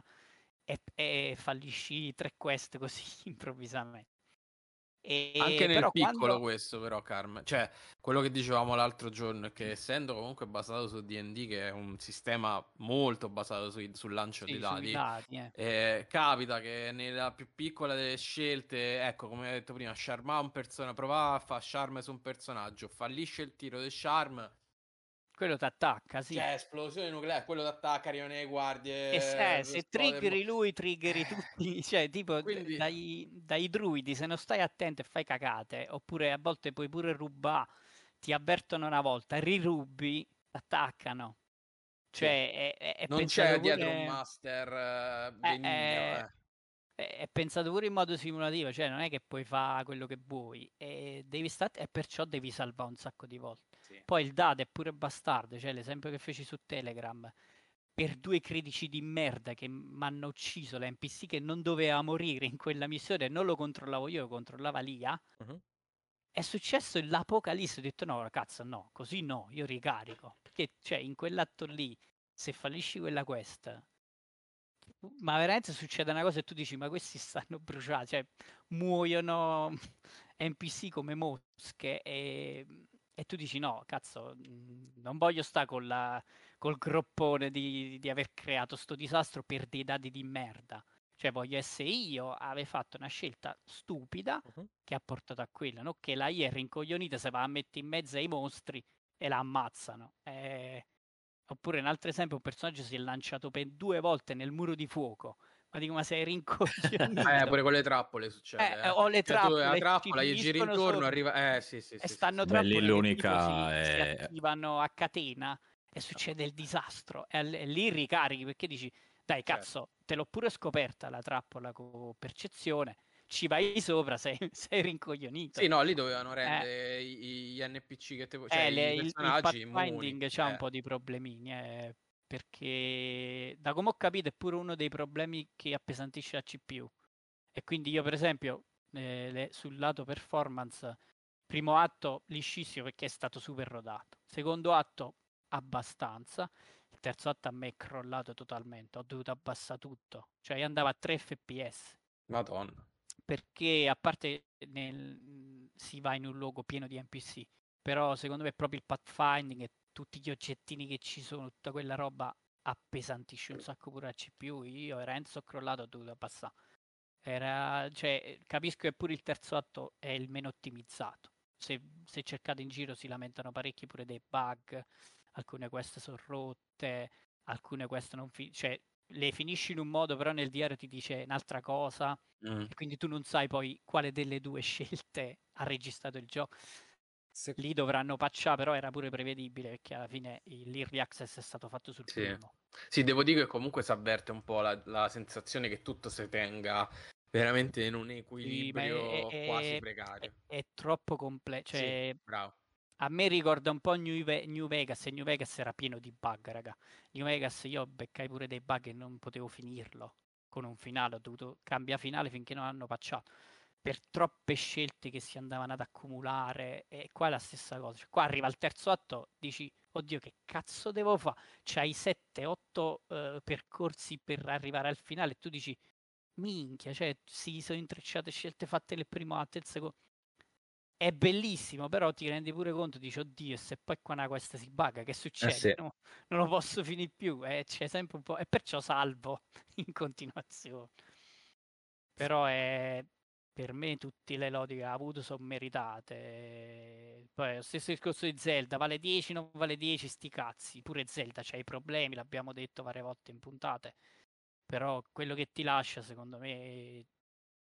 e fallisci 3 quest così improvvisamente. Anche nel Però piccolo quando... questo però, Carmen, cioè quello che dicevamo l'altro giorno è che essendo comunque basato su D&D, che è un sistema molto basato sul lancio dei sui dadi, dadi, capita che nella più piccola delle scelte, ecco, come hai detto prima, charmare un personaggio, provare a fare charm su un personaggio, fallisce il tiro del charm, quello ti attacca, sì. cioè esplosione nucleare, quello ti attacca, arrivano le guardie, Se esplode triggeri lui, triggeri tutti, cioè tipo quindi dai druidi, se non stai attento e fai cagate, oppure a volte puoi pure rubare, ti avvertono una volta, rirubi, attaccano. sì. Cioè è Non pensato c'è dietro un pure... master È, benigno, è- è pensato pure in modo simulativo, cioè non è che puoi fare quello che vuoi, e perciò devi salvare un sacco di volte. Sì. Poi il dado è pure bastardo, cioè l'esempio che feci su Telegram, per 2 critici di merda che mi hanno ucciso la NPC che non doveva morire in quella missione, non lo controllavo io, lo controllava l'IA. È successo l'apocalisse, ho detto no, cazzo, no, così no, io ricarico. Perché, cioè, in quell'atto lì, se fallisci quella quest, ma veramente succede una cosa e tu dici, ma questi stanno bruciati, cioè, muoiono NPC come mosche e tu dici, no, cazzo, non voglio stare col groppone di aver creato sto disastro per dei dati di merda. Cioè, voglio essere io, aver fatto una scelta stupida che ha portato a quella, no? Che la IA è rincoglionita, se va a mettere in mezzo ai mostri e la ammazzano. Oppure un altro esempio, un personaggio si è lanciato per 2 volte nel muro di fuoco. Ma dico, ma sei rincoglionito? Pure con le trappole succede, O le Cioè tu la trappole ci trappola, gli giri finiscono intorno, sopra. arriva... sì, sì, E sì, sì, stanno sì. Beh, lì trappole che tipo l'unica si è... attivano a catena e succede il disastro. E lì ricarichi perché dici, dai Certo. cazzo, te l'ho pure scoperta la trappola con percezione, ci vai sopra, sei rincoglionito. Sì, no, lì dovevano rendere gli NPC che te... cioè i Il personaggi immuni. pathfinding c'ha un po' di problemini, perché da come ho capito è pure uno dei problemi che appesantisce la CPU. E quindi io per esempio sul lato performance, primo atto liscissimo perché è stato super rodato, secondo atto abbastanza, il terzo atto a me è crollato totalmente, ho dovuto abbassare tutto, cioè io andavo a 3 fps. Madonna. Perché a parte si va in un luogo pieno di NPC, però secondo me è proprio il pathfinding e tutti gli oggettini che ci sono, tutta quella roba appesantisce un sacco pure la CPU. Io veramente sono crollato, ho dovuto passare. Cioè, capisco che pure il terzo atto è il meno ottimizzato. Se cercate in giro si lamentano parecchi pure dei bug, alcune queste sono rotte, alcune queste non cioè le finisci in un modo, però nel diario ti dice un'altra cosa, e quindi tu non sai poi quale delle due scelte ha registrato il gioco. Lì dovranno patchare, però era pure prevedibile perché alla fine l'early access è stato fatto sul primo. Sì, devo dire che comunque si avverte un po' la sensazione che tutto si tenga veramente in un Sì, ma equilibrio quasi precario. è troppo complesso. Sì, Cioè, bravo. a me ricorda un po' New Vegas, e New Vegas era pieno di bug, raga. New Vegas io beccai pure dei bug e non potevo finirlo con un finale, ho dovuto cambiare finale finché non hanno patchato. Per troppe scelte che si andavano ad accumulare, e qua è la stessa cosa. Cioè, qua arriva il terzo atto, dici, oddio, che cazzo devo fare? C'hai 7-8 percorsi per arrivare al finale e tu dici, minchia, cioè si sono intrecciate scelte fatte nel primo atto e il secondo. È bellissimo, però ti rendi pure conto, dici, oddio, e se poi qua una questa si bugga, che succede? Sì. No, non lo posso finire più, c'è sempre un po', e perciò salvo in continuazione. Però per me tutte le lodi che ha avuto sono meritate. Poi lo stesso discorso di Zelda, vale 10, non vale 10, sti cazzi. Pure Zelda c'ha i problemi, l'abbiamo detto varie volte in puntate. Però quello che ti lascia, secondo me,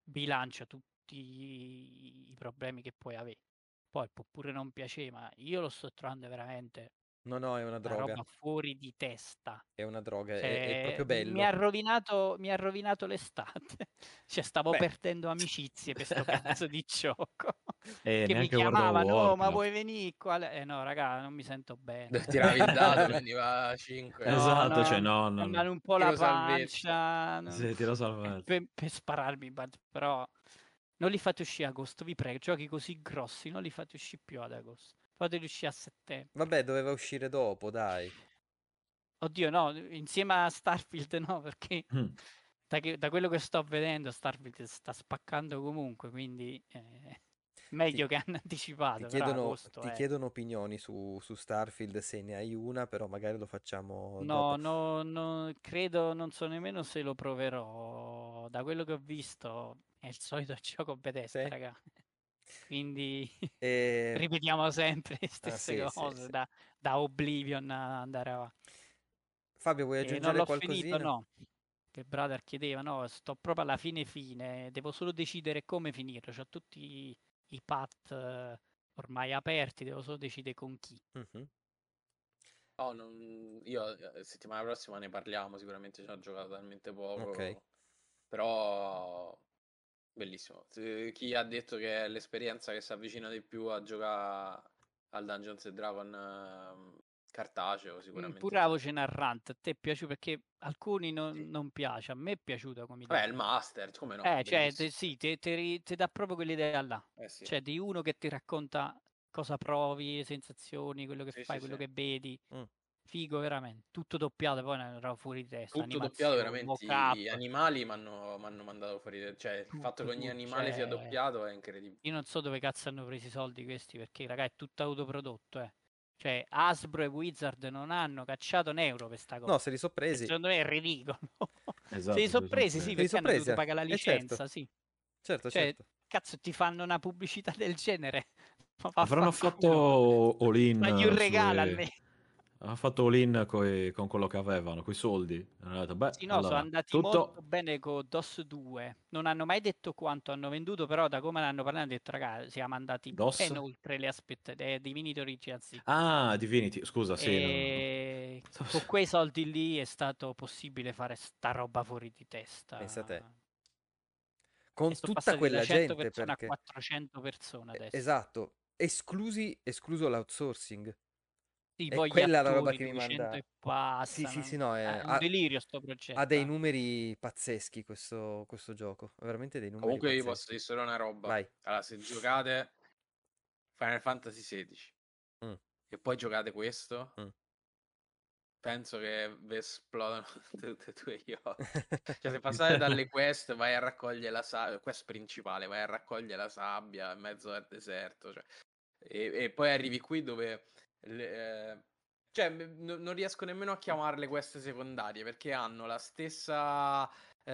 bilancia tutti i problemi che puoi avere. Poi può pure non piacere, ma io lo sto trovando veramente No, è una una droga. roba fuori di testa. È una droga, è Cioè, proprio mi ha bello. rovinato l'estate. Cioè, stavo Beh, perdendo amicizie per sto cazzo di gioco. E Che mi neanche World of chiamavano, oh, ma Warcraft. vuoi venire qua? No, raga, non mi sento bene. Tiravi il dado, veniva a 5. No, Esatto, cioè no, no, male un po' la Tiro salvezza. pancia. sì, tiro salvezza. Per spararmi, però non li fate uscire agosto, vi prego. Giochi così grossi, non li fate uscire più ad agosto. Fateli uscire a settembre. vabbè, doveva uscire dopo, dai. Oddio, no, insieme a Starfield no, perché Mm. da quello che sto vedendo Starfield sta spaccando comunque, quindi meglio Ti, che hanno anticipato, però agosto ti è... chiedono opinioni su Starfield se ne hai una, però magari lo facciamo No, dopo. no, credo, non so nemmeno se lo proverò. Da quello che ho visto è il solito gioco Bethesda, Sì? raga. Quindi E... ripetiamo sempre le Ah, stesse sì, sì, cose sì. da Oblivion a andare avanti. Fabio, vuoi E non aggiungere l'ho finito, qualcosina? no. Che Brother chiedeva, no, sto proprio alla fine, devo solo decidere come finirlo. C'ho tutti i path ormai aperti, devo solo decidere con chi. Mhm. Oh, io settimana prossima ne parliamo, sicuramente ci ho giocato talmente poco, Ok. però bellissimo. Chi ha detto che è l'esperienza che si avvicina di più a giocare al Dungeons and Dragon cartaceo, sicuramente Pure la sì. voce narrante, a te è piaciuto perché alcuni Sì. non piace, a me è piaciuta come Vabbè, idea. il master, come no, Cioè, bellissimo. sì, ti dà proprio quell'idea là. Sì. Cioè, di uno che ti racconta cosa provi, le sensazioni, quello che Sì, fai, sì, quello sì. che vedi. Mm. Figo, veramente. Tutto doppiato, poi era fuori di testa, Tutto doppiato, animazioni, veramente. Gli mock-up, animali mi hanno mandato fuori. Cioè, il fatto che ogni tutto. animale sia Cioè, doppiato è incredibile. io non so dove cazzo hanno preso i soldi questi, perché, raga, è tutto autoprodotto, Cioè, Hasbro e Wizard non hanno cacciato un euro per sta No, cosa. se li so E presi. secondo me è ridicolo. Se li Esatto, sono se sono presi, sì, presi. Se li perché so hanno presi, dovuto pagare la certo. licenza, sì. Certo, Cioè, certo. cazzo, ti fanno una pubblicità del genere. Ma Avranno vaffanculo. fatto Fagli un all-in regalo almeno. ha fatto all-in con quello che avevano, coi soldi. Hanno detto, beh, Sì, no, sono allora, andati molto tutto bene con DOS 2. Non hanno mai detto quanto hanno venduto, però da come ne hanno parlato hanno detto, ragazzi, siamo andati DOS? ben oltre le aspettative. Divinity Original Sin. Ah, Divinity, scusa, sì, no. E con quei soldi lì è stato possibile fare sta roba fuori di Pensa a te. testa. E Con sono tutta passati da quella 100 gente, persone a perché... 400 persone adesso. Esatto. Escluso l'outsourcing. Sì, E poi gli quella è la roba attori, che mi 200 manda... e Sì, passa. sì, sì, no, È un delirio sto ha progetto. dei numeri pazzeschi questo gioco. Ha veramente dei numeri Comunque vi posso pazzeschi. dire solo una roba. Vai. Allora, se giocate Final Fantasy XVI Mm, e poi giocate questo, mm. penso che vi esplodano tutti e due gli occhi. Cioè, se passate dalle quest, vai a raccogliere la sabbia, quest principale, vai a raccogliere la sabbia in mezzo al deserto. Cioè, e poi arrivi qui dove... cioè, non riesco nemmeno a chiamarle queste secondarie perché hanno la stessa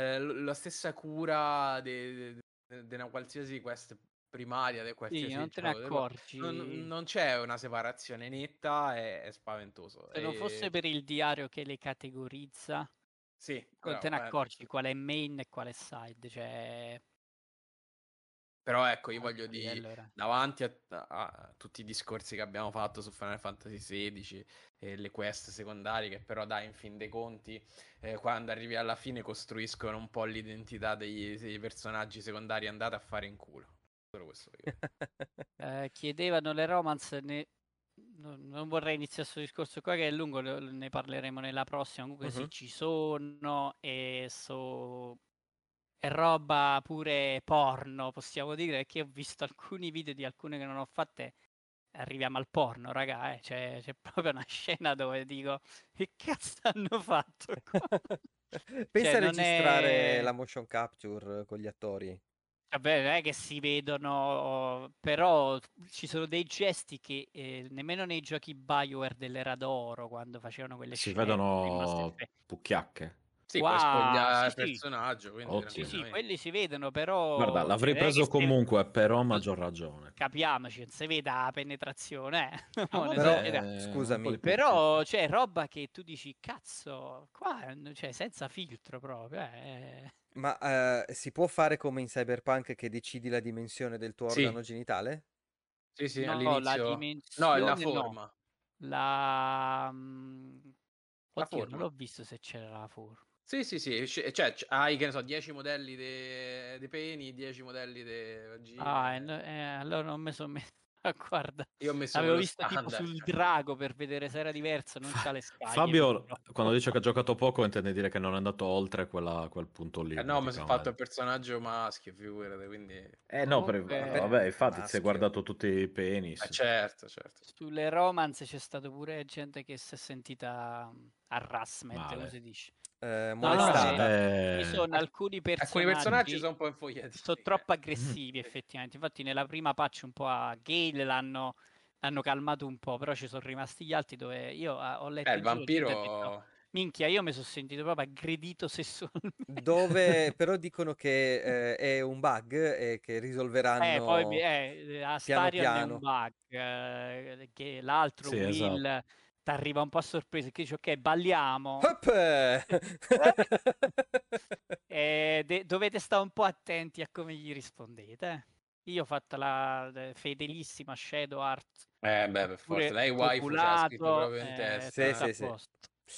cura di una qualsiasi quest primaria, di Sì, qualsiasi non te ne gioco. accorgi. Non c'è una separazione netta, è spaventoso. Se non fosse per il diario che le categorizza, Sì, non te però, ne accorgi qual è main e qual è side. Cioè, però ecco, io voglio altro dire, livello era. davanti a tutti i discorsi che abbiamo fatto su Final Fantasy XVI e le quest secondarie, che però dai, in fin dei conti, quando arrivi alla fine costruiscono un po' l'identità dei personaggi secondari, andate a fare in culo. Solo questo io. Chiedevano le romance, non vorrei iniziare questo discorso qua che è lungo, ne parleremo nella prossima. Comunque sì, Mhm. ci sono è roba pure porno, possiamo dire, perché ho visto alcuni video di alcune che non ho fatte. Arriviamo al porno, raga, c'è proprio una scena dove dico, che cazzo hanno fatto qua? Pensa Cioè, a non registrare è... la motion capture con gli attori. Vabbè, non è che si vedono, però ci sono dei gesti che nemmeno nei giochi BioWare dell'era d'oro, quando facevano quelle Si scenette in Mass vedono Effect. pucchiacche. Sì, poi Qua, spoglia sì, il sì, personaggio, quindi sì, Ottimo. sì, tranquillamente. quelli si vedono, Guarda, però cioè, l'avrei non è che preso si... comunque, però a non- maggior ragione. Capiamoci, non si vede la penetrazione, Ah, non Però, esagerare. vabbè, un po' di scusami, Però pucchiacche. c'è roba che tu dici, cazzo, qua, cioè, senza filtro proprio, Ma si può fare come in Cyberpunk che decidi la dimensione del tuo organo Sì, genitale? sì, No, la all'inizio. No, è la dimensione no. forma. La... La Oddio, non forma. l'ho visto se c'era la forma. Sì, cioè hai, che ne so, 10 modelli dei peni, 10 modelli di Ah, vagine. allora non mi sono messo a guarda. Io ho messo L'avevo quello visto tipo standard. sul drago per vedere se era diverso, non c'ha le scaglie Fabio, quando purtroppo. dice che ha giocato poco, intende dire che non è andato oltre quel punto lì, No, ma si è fatto il praticamente. personaggio maschio, figurati, quindi... No, Per vabbè, infatti, ti sei maschio. guardato tutti i penis. Certo, certo. Sulle romance c'è stato pure gente che si è sentita harassment, come Male. si dice? No, no, Molestata. ci sono alcuni Alcuni personaggi personaggi sono un po' infogliati. sono troppo aggressivi effettivamente. Infatti nella prima patch un po' a Gale l'hanno calmato un po', però ci sono rimasti gli altri dove io ho letto Il in giro gente ha detto vampiro... minchia, io mi sono sentito proprio aggredito sessualmente. Dove però dicono che è un bug e che Poi risolveranno piano Astarion è un piano. bug, che l'altro Sì, esatto. Will ti arriva un po' a sorpresa, che dice ok, balliamo. Hop! Dovete stare un po' attenti a come gli rispondete. Io ho fatto la fedelissima Shadow Heart, beh, per forza. pure Lei waifu c'ha scritto popolato, proprio in Sì, tutto testa. a sì, sì. posto.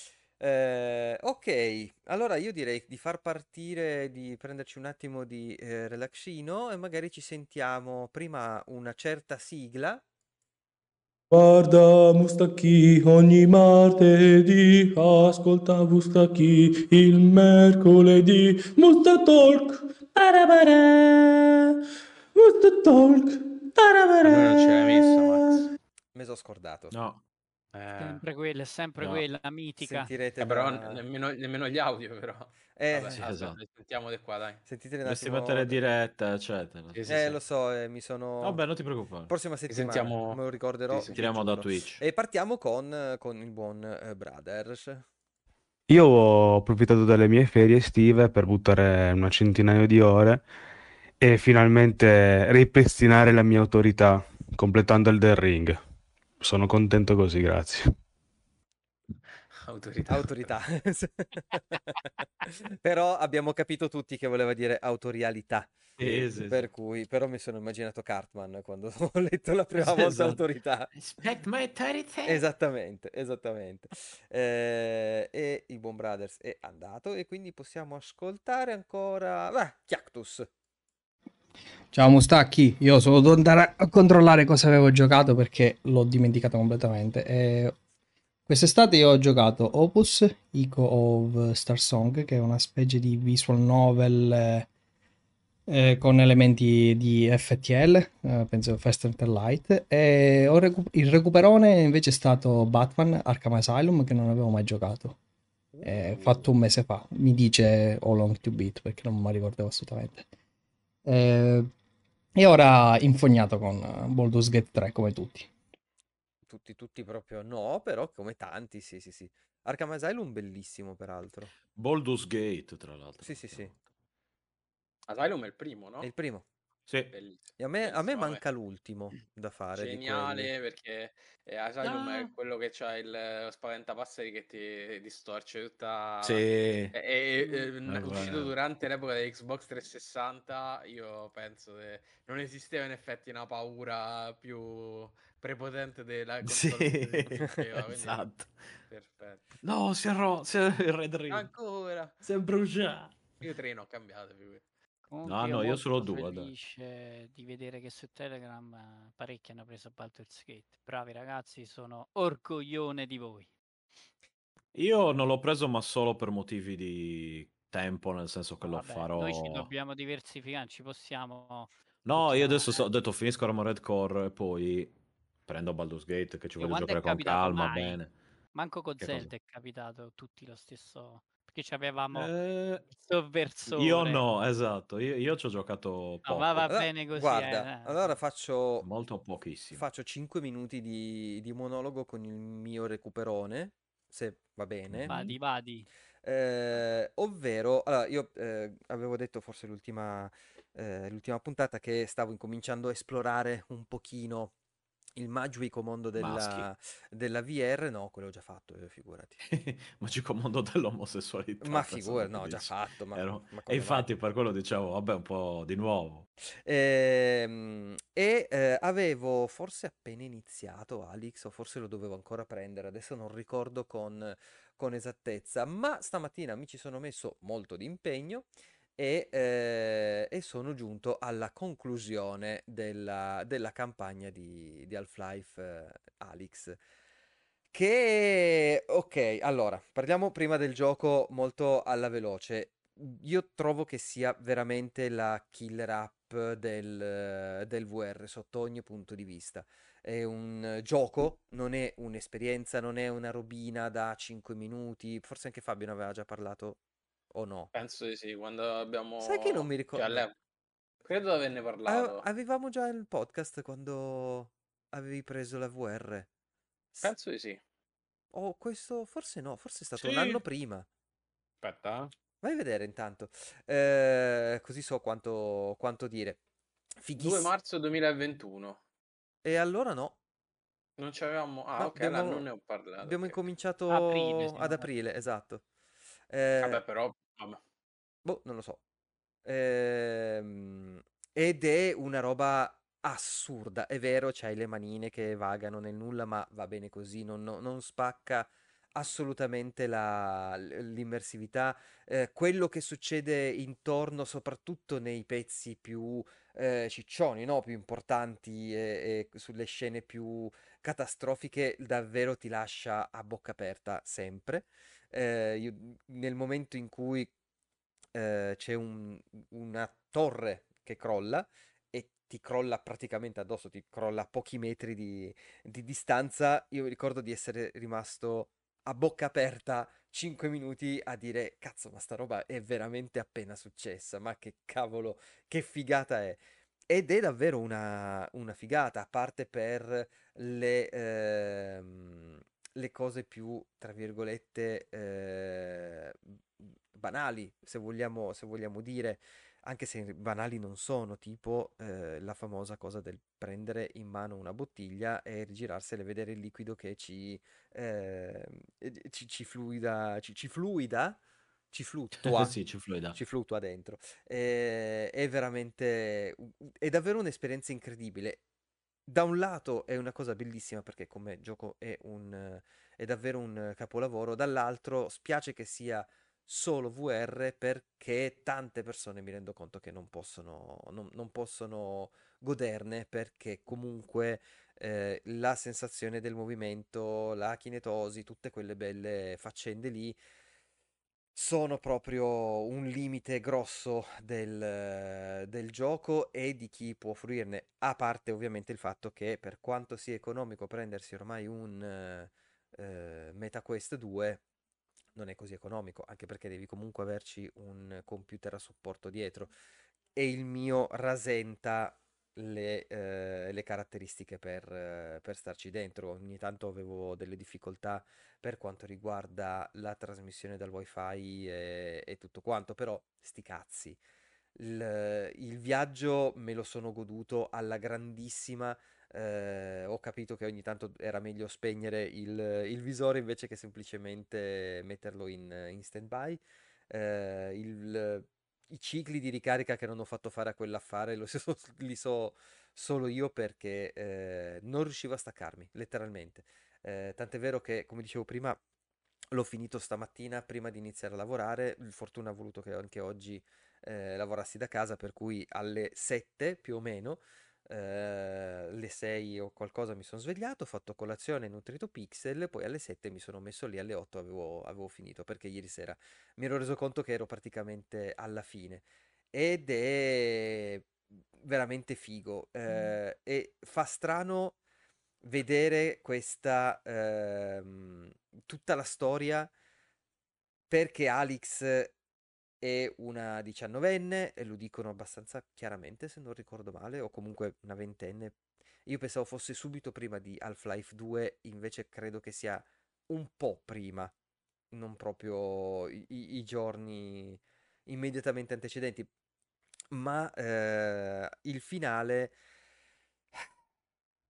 Ok, allora io direi di far partire, di prenderci un attimo di relaxino e magari ci sentiamo prima una certa sigla. Guarda Mustacchi ogni martedì, ascolta Mustacchi il mercoledì. Musta Talk, tarabara, Musta Talk, A noi non ce l'hai messo, tarabara. Max. Me sono scordato. No, È sempre no. quella mitica. Sentirete Però da... nemmeno gli audio, però. Vabbè, Sì, aspetta, esatto. li sentiamo di qua, dai. Sentiteli un Dovresti attimo... mettere diretta, eccetera. Sì, sì, sì. Lo so, mi sono... Vabbè, non ti preoccupare. Prossima Li settimana, me sentiamo... lo Sì, ricorderò, sì. vi Tiriamo da giuro. Twitch. E partiamo con il buon Brothers. Io ho approfittato delle mie ferie estive per buttare una centinaio di ore e finalmente ripristinare la mia autorità, completando Elden Ring. Sono contento così, grazie. Autorità. Autorità. Però abbiamo capito tutti che voleva dire autorialità. Sì, sì, sì. Per cui, però mi sono immaginato Cartman quando ho letto la prima Sì, volta esatto. autorità. Respect my authority. Esattamente, esattamente. E il buon Brothers è andato e quindi possiamo ascoltare ancora... Cactus. Ciao Mustacchi, io sono dovuto andare a controllare cosa avevo giocato perché l'ho dimenticato completamente. Quest'estate io ho giocato Opus, Echo of Star Song, che è una specie di visual novel con elementi di FTL, penso Fast and Light. E il recuperone invece è stato Batman Arkham Asylum, che non avevo mai giocato. Fatto un mese fa, mi dice How Long to Beat perché non me la ricordavo assolutamente. Eh, e ora infognato con Baldur's Gate 3 come tutti. Tutti proprio no, però come tanti, sì, sì, sì. Arkham Asylum bellissimo, peraltro. Baldur's Gate, tra l'altro. Sì, sì, sì. Asylum è il primo, È il no? primo. Sì. Bellissimo. E a me Bellissimo, vabbè. manca l'ultimo da fare di quelli. Geniale perché Asylum Ah, è quello che c'ha lo spaventapasseri che ti distorce tutta sì, la... è uscito vero. durante l'epoca di Xbox 360, io penso che non esisteva in effetti una paura più prepotente della Sì, console che ti sconfiggeva, quindi esatto. perfetto. No, il Red Ring. Ancora! Si è bruciato. Io 3 ne ho cambiate, figurati. No, Comunque io no, io solo molto due, dai. felice di vedere che su Telegram parecchi hanno preso Baldur's Gate. Bravi ragazzi, sono orgoglione di voi. Io non l'ho preso, ma solo per motivi di tempo, nel senso che No, lo vabbè, noi ci farò. dobbiamo diversificare, ci possiamo No, io adesso buttare. ho detto finisco Armored Core e poi prendo Baldur's Gate, che ci Io voglio quando è giocare con capitato calma, mai, bene. manco con Che cosa? Zelda è capitato tutti lo stesso, perché ci avevamo Eh, il io sovversore. no, esatto, io ci ho giocato No, ma va poco, Allora, bene così, guarda, allora faccio, molto pochissimo. faccio 5 minuti di monologo con il mio recuperone, se va bene. Mhm. Vadi, vadi. Ovvero, allora, io avevo detto forse l'ultima puntata che stavo incominciando a esplorare un pochino il magico mondo Maschi. della VR, no, quello ho già fatto, figurati. Magico mondo dell'omosessualità, Ma pensavo figura, che no, già dici. fatto, ma E come mai? infatti per quello dicevo, vabbè, un po' di nuovo. Avevo forse appena iniziato Alex, o forse lo dovevo ancora prendere, adesso non ricordo con esattezza, ma stamattina mi ci sono messo molto di impegno e sono giunto alla conclusione della campagna di Half-Life Alyx. Che, ok, allora, parliamo prima del gioco molto alla veloce. Io trovo che sia veramente la killer app del VR sotto ogni punto di vista. È un gioco, non è un'esperienza, non è una robina da 5 minuti. Forse anche Fabio ne aveva già parlato o no? Penso di sì, quando Sai che non abbiamo... mi Cioè, ricordo. credo di averne parlato. Avevamo già il podcast quando avevi preso la VR. S- Penso di sì. O questo, forse no, forse è stato un Sì, anno prima. Aspetta. Vai a vedere intanto, così so quanto dire. 2 Fighissimo. marzo 2021. E allora no, Non c'avevamo... Ah, no, ok, là non ne ho parlato. abbiamo Ok, ok. Aprile incominciato ad siamo aprile, esatto. Vabbè, Eh, però... Vabbè. boh, non lo so. Ehm, ed è una roba assurda. È vero, c'hai le manine che vagano nel nulla, ma va bene così, non spacca assolutamente l'immersività. Quello che succede intorno, soprattutto nei pezzi più ciccioni, no? Più importanti e sulle scene più catastrofiche, davvero ti lascia a bocca aperta sempre. Nel momento in cui c'è una torre che crolla e ti crolla praticamente addosso, ti crolla a pochi metri di distanza. Io mi ricordo di essere rimasto a bocca aperta 5 minuti a dire, cazzo, ma sta roba è veramente appena successa, ma che cavolo, che figata è. Ed è davvero una figata, a parte per le cose più, tra virgolette, banali, se vogliamo dire, anche se banali non sono, tipo la famosa cosa del prendere in mano una bottiglia e rigirarsela e vedere il liquido che eh, ci fluttua. sì, ci fluida. Ci fluttua dentro. È veramente, è davvero un'esperienza incredibile. Da un lato è una cosa bellissima perché come gioco è davvero un capolavoro, dall'altro spiace che sia solo VR perché tante persone mi rendo conto che non possono goderne perché comunque la sensazione del movimento, la kinetosi, tutte quelle belle faccende lì sono proprio un limite grosso del gioco e di chi può fruirne, a parte ovviamente il fatto che per quanto sia economico prendersi ormai un MetaQuest 2, non è così economico, anche perché devi comunque averci un computer a supporto dietro e il mio rasenta le caratteristiche per starci dentro. Ogni tanto avevo delle difficoltà per quanto riguarda la trasmissione dal wifi e tutto quanto, però sti cazzi. Il viaggio me lo sono goduto alla grandissima. Ho capito che ogni tanto era meglio spegnere il visore invece che semplicemente metterlo in stand-by. I cicli di ricarica che non ho fatto fare a quell'affare li so solo io perché non riuscivo a staccarmi, letteralmente. Tant'è vero che, come dicevo prima, l'ho finito stamattina prima di iniziare a lavorare. Il fortuna ha voluto che anche oggi lavorassi da casa, per cui alle 7 più o meno, alle 6 o qualcosa mi sono svegliato, ho fatto colazione, nutrito Pixel, poi alle 7 mi sono messo lì, alle 8 avevo finito, perché ieri sera mi ero reso conto che ero praticamente alla fine. Ed è veramente figo. E fa strano vedere tutta la storia perché Alex è una diciannovenne, e lo dicono abbastanza chiaramente se non ricordo male, o comunque una ventenne. Io pensavo fosse subito prima di Half-Life 2, invece credo che sia un po' prima, non proprio i giorni immediatamente antecedenti. Ma il finale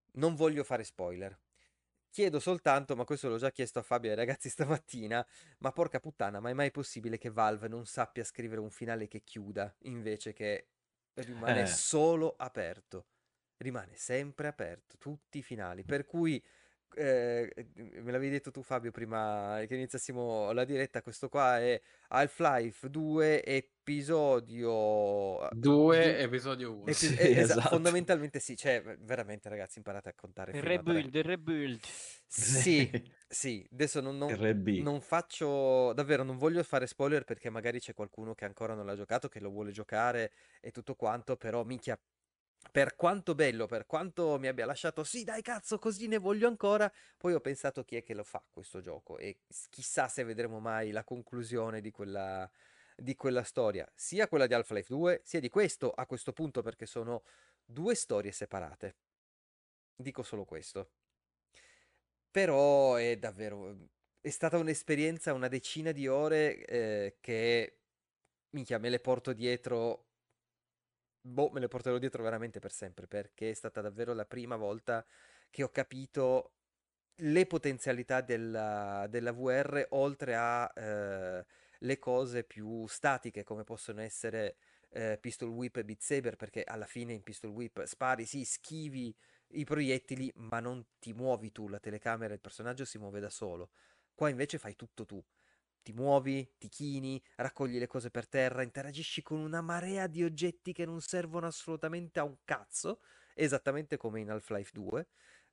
Non voglio fare spoiler. Chiedo soltanto, ma questo l'ho già chiesto a Fabio e ai ragazzi stamattina, ma porca puttana, ma è mai possibile che Valve non sappia scrivere un finale che chiuda, invece che rimane Eh, solo aperto? Rimane sempre aperto, tutti i finali. Per cui, me l'avevi detto tu Fabio prima che iniziassimo la diretta, questo qua è Half-Life 2 episodio... 2 episodio 1. sì, esatto. fondamentalmente sì, cioè veramente ragazzi imparate a contare Il fino a 3. rebuild, il rebuild. Sì, sì, adesso RB. non faccio, davvero non voglio fare spoiler perché magari c'è qualcuno che ancora non l'ha giocato, che lo vuole giocare e tutto quanto, però minchia, per quanto bello, per quanto mi abbia lasciato, sì dai cazzo, così ne voglio ancora, poi ho pensato chi è che lo fa questo gioco e chissà se vedremo mai la conclusione di quella storia, sia quella di Half-Life 2, sia di questo a questo punto perché sono due storie separate. Dico solo questo. Però è davvero... È stata un'esperienza, una decina di ore che... Minchia, me le porto dietro... Boh, me le porterò dietro veramente per sempre, perché è stata davvero la prima volta che ho capito le potenzialità della VR, oltre a le cose più statiche, come possono essere Pistol Whip e Beat Saber, perché alla fine in Pistol Whip spari, sì, schivi i proiettili, ma non ti muovi tu, la telecamera, il personaggio si muove da solo. Qua invece fai tutto tu. Ti muovi, ti chini, raccogli le cose per terra, interagisci con una marea di oggetti che non servono assolutamente a un cazzo, esattamente come in Half-Life 2.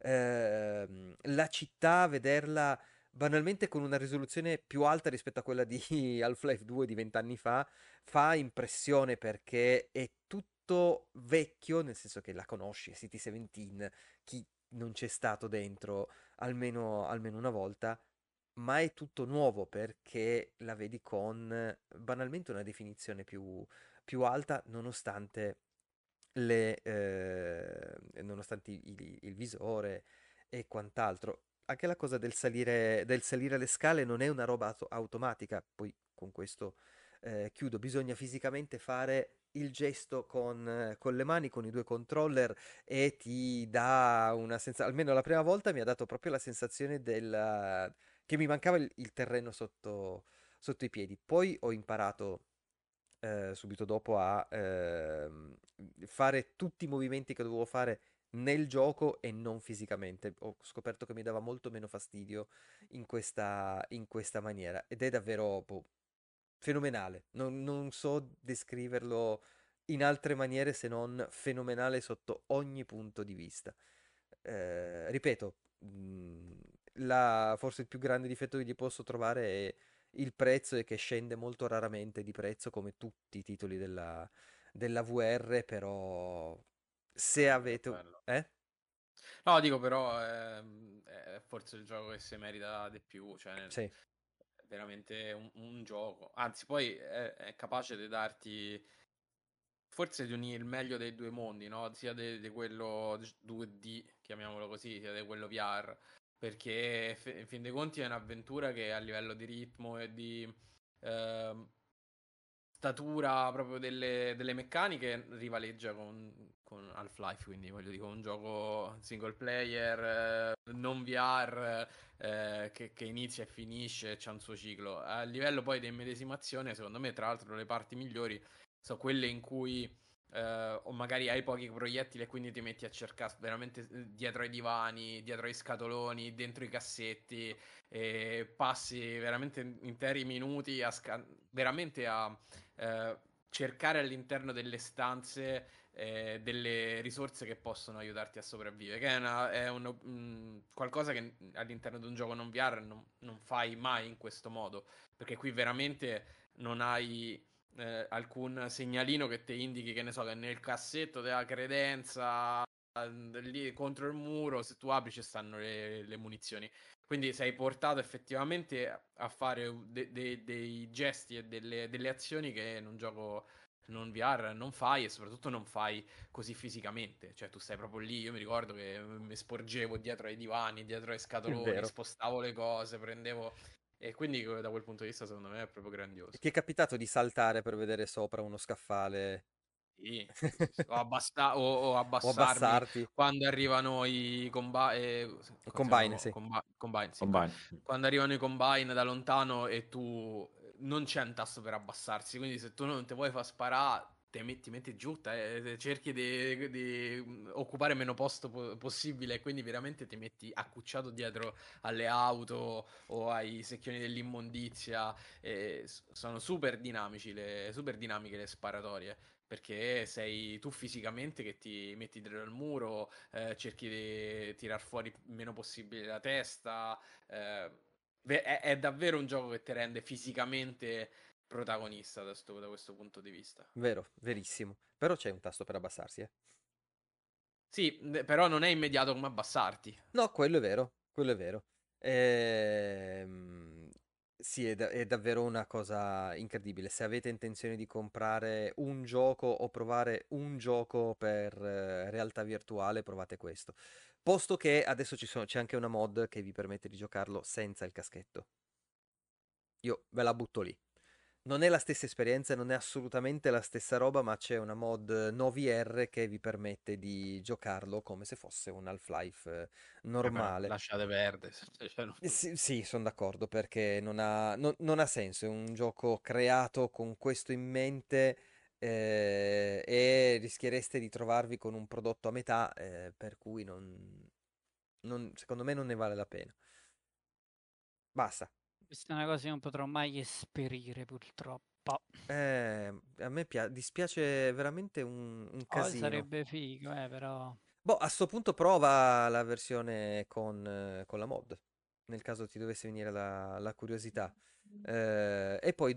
La città, vederla banalmente con una risoluzione più alta rispetto a quella di Half-Life 2 di 20 anni fa impressione perché è tutto vecchio, nel senso che la conosci, è City 17, chi non c'è stato dentro almeno una volta, ma è tutto nuovo perché la vedi con banalmente una definizione più alta, nonostante nonostante il visore e quant'altro. Anche la cosa del salire le scale non è una roba automatica, poi con questo chiudo, bisogna fisicamente fare il gesto con le mani, con i due controller e ti dà una sensazione, almeno la prima volta mi ha dato proprio la sensazione che mi mancava il terreno sotto i piedi. Poi ho imparato subito dopo a fare tutti i movimenti che dovevo fare nel gioco e non fisicamente. Ho scoperto che mi dava molto meno fastidio in questa maniera ed è davvero boh, fenomenale. Non so descriverlo in altre maniere se non fenomenale sotto ogni punto di vista. Ripeto, forse il più grande difetto che gli posso trovare è il prezzo e che scende molto raramente di prezzo come tutti i titoli della VR, però se Che è avete... bello. Eh? No, dico però è forse il gioco che si merita di più, cioè Sì, è veramente un gioco. Anzi, poi è capace di darti, forse di unire il meglio dei due mondi, no? Sia di quello 2D, chiamiamolo così, sia di quello VR. Perché in fin dei conti è un'avventura che a livello di ritmo e di ehm, statura proprio delle meccaniche rivaleggia con Half-Life, quindi voglio dire, un gioco single player, non VR, che inizia e finisce, c'ha un suo ciclo. A livello poi di immedesimazione, secondo me, tra l'altro, le parti migliori sono quelle in cui o magari hai pochi proiettili e quindi ti metti a cercare veramente dietro ai divani, dietro ai scatoloni, dentro i cassetti e passi veramente interi minuti veramente a eh, cercare all'interno delle stanze delle risorse che possono aiutarti a sopravvivere, che qualcosa che all'interno di un gioco non VR non fai mai in questo modo, perché qui veramente non hai alcun segnalino che ti indichi, che ne so, che nel cassetto della credenza lì contro il muro, se tu apri ci stanno le munizioni. Quindi sei portato effettivamente a fare dei gesti e delle azioni che in un gioco non VR non fai, e soprattutto non fai così fisicamente. Cioè tu stai proprio lì, io mi ricordo che mi sporgevo dietro ai divani, dietro ai è scatoloni, vero. spostavo le cose, prendevo... E quindi da quel punto di vista secondo me è proprio E grandioso. ti è capitato di saltare per vedere sopra uno scaffale? Sì, sì, sì, sì. O O abbassarmi abbassarti. quando arrivano i Combine, sì. combine, sì, bravo. Combine. Quando arrivano i combine da lontano e tu non c'è un tasto per abbassarsi, quindi se tu non ti vuoi far sparare, ti metti giù, cerchi di occupare meno posto possibile e quindi veramente ti metti accucciato dietro alle auto o ai secchioni dell'immondizia. Sono super dinamiche le sparatorie. Perché sei tu fisicamente che ti metti dietro al muro, cerchi di tirar fuori il meno possibile la testa. È davvero un gioco che ti rende fisicamente protagonista da questo punto di vista. Vero, verissimo. Però c'è un tasto per abbassarsi, eh. Sì, però non è immediato come abbassarti. No, quello è vero, quello è vero. Ehm, sì, è davvero una cosa incredibile. Se avete intenzione di comprare un gioco o provare un gioco per realtà virtuale, provate questo. Posto che adesso c'è anche una mod che vi permette di giocarlo senza il caschetto. Io ve la butto lì. Non è la stessa esperienza, non è assolutamente la stessa roba, ma c'è una mod NoVR che vi permette di giocarlo come se fosse un Half-Life Però normale. lasciate perdere. Cioè, Sì, sono d'accordo perché non ha senso, è un gioco creato con questo in mente e rischiereste di trovarvi con un prodotto a metà, per cui secondo me non ne vale la pena. Basta. Questa è una cosa che non potrò mai esperire, purtroppo. A me dispiace veramente un Oh, casino. sarebbe figo, però... Boh, a sto punto prova la versione con la mod, nel caso ti dovesse venire la curiosità. E poi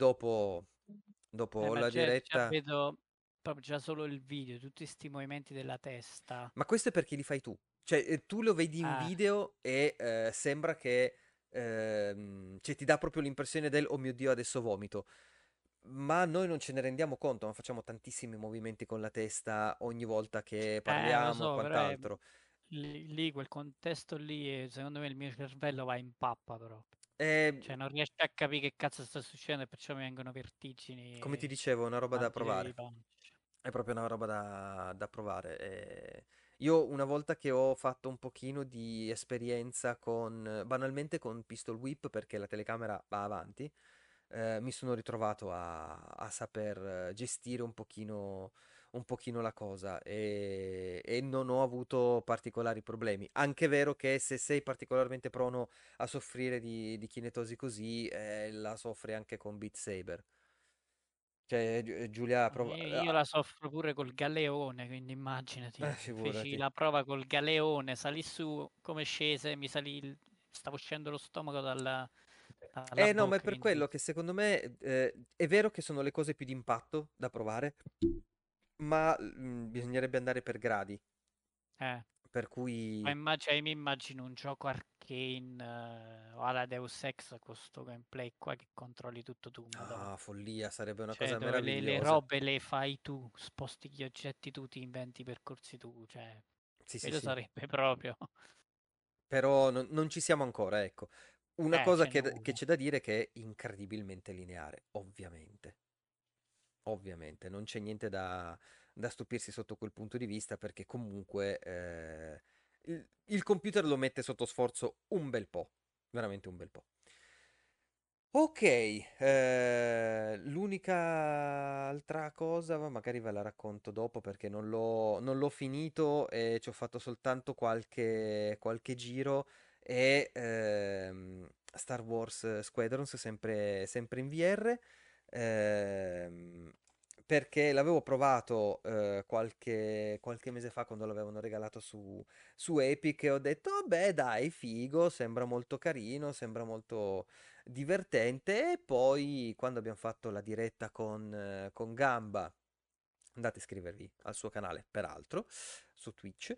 dopo Ma la già diretta. vedo proprio già solo il video, tutti sti movimenti della testa. Ma questo è perché li fai tu. Cioè, tu lo vedi in Ah, video e sembra che. Cioè, ti dà proprio l'impressione del oh mio Dio, adesso vomito. Ma noi non ce ne rendiamo conto, ma facciamo tantissimi movimenti con la testa ogni volta che lo parliamo o so, però è quant'altro. lì, quel contesto lì, secondo me il mio cervello va in pappa proprio. E, Cioè non riesce a capire che cazzo sta succedendo e perciò mi vengono come ti vertigini dicevo, è una roba da mal di provare. pancia. È proprio una roba da provare. Io una volta che ho fatto un pochino di esperienza banalmente con Pistol Whip, perché la telecamera va avanti, mi sono ritrovato a saper gestire un pochino la cosa e non ho avuto particolari problemi. Anche è vero che se sei particolarmente prono a soffrire di kinetosi così, la soffri anche con Beat Saber. Cioè, Giulia Io la soffro pure col galeone, quindi immaginati, feci figurati. la prova col galeone, salì su come scese, stavo uscendo lo stomaco dalla No, ma è bocca, per quindi quello che secondo me è vero che sono le cose più d'impatto da provare, ma bisognerebbe andare per gradi, eh. per Ma cui. mi immagino un gioco arcane o alla Deus Ex con sto gameplay qua che controlli tutto tu, madò. Ah, follia, sarebbe una Cioè, cosa dove le meravigliosa. robe le fai tu, sposti gli oggetti tu, ti inventi i percorsi tu, cioè, Sì, sì, quello sì. sarebbe proprio... Però non ci siamo ancora, ecco. Una cosa ce n'è che uno. c'è da dire è che è incredibilmente lineare, ovviamente. Ovviamente, non c'è niente da stupirsi sotto quel punto di vista perché comunque il computer lo mette sotto sforzo un bel po', veramente un bel po'. Ok, l'unica altra cosa, ma magari ve la racconto dopo perché non l'ho finito e ci ho fatto soltanto qualche giro. È Star Wars Squadrons, sempre in VR. ehm, Perché l'avevo provato qualche mese fa quando l'avevano regalato su Epic e ho detto, "Oh, beh, dai, figo, sembra molto carino, sembra molto divertente." E poi quando abbiamo fatto la diretta con Gamba, andate a iscrivervi al suo canale, peraltro, su Twitch.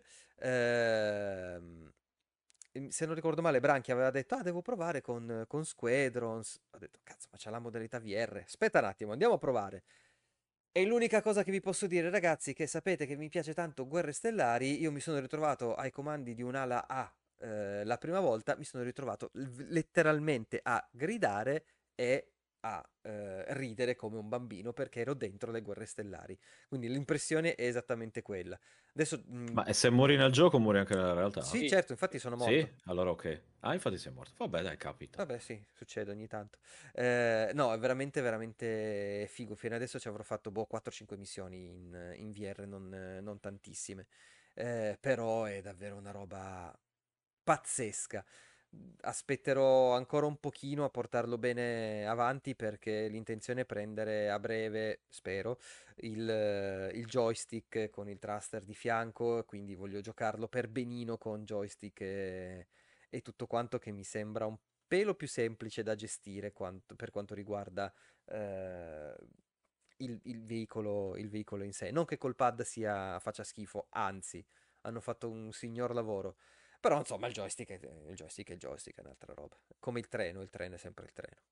Se non ricordo male, Branchi aveva detto, devo provare con Squadrons. Ho detto, cazzo, ma c'è la modalità VR. Aspetta un attimo, andiamo a provare. E l'unica cosa che vi posso dire, ragazzi, che sapete che mi piace tanto Guerre Stellari, io mi sono ritrovato ai comandi di un'ala A la prima volta, mi sono ritrovato letteralmente a gridare e a ridere come un bambino perché ero dentro le guerre stellari. Quindi l'impressione è esattamente quella. Adesso... Ma e se muori nel gioco, muori anche nella realtà? Sì, Sì. certo, infatti sono morto. Sì? Allora ok. Ah, infatti sei morto. Vabbè, dai, capita. Vabbè, sì, succede ogni tanto. No, è veramente, veramente figo. Fino adesso ci avrò fatto, 4-5 missioni in VR, non tantissime. Però è davvero una roba pazzesca. Aspetterò ancora un pochino a portarlo bene avanti perché l'intenzione è prendere a breve, spero, il joystick con il thruster di fianco, quindi voglio giocarlo per benino con joystick e tutto quanto, che mi sembra un pelo più semplice da gestire per quanto riguarda eh, il veicolo in sé. Non che col pad faccia schifo, anzi, hanno fatto un signor lavoro. Però insomma il joystick è un'altra roba. Come il treno è sempre il treno.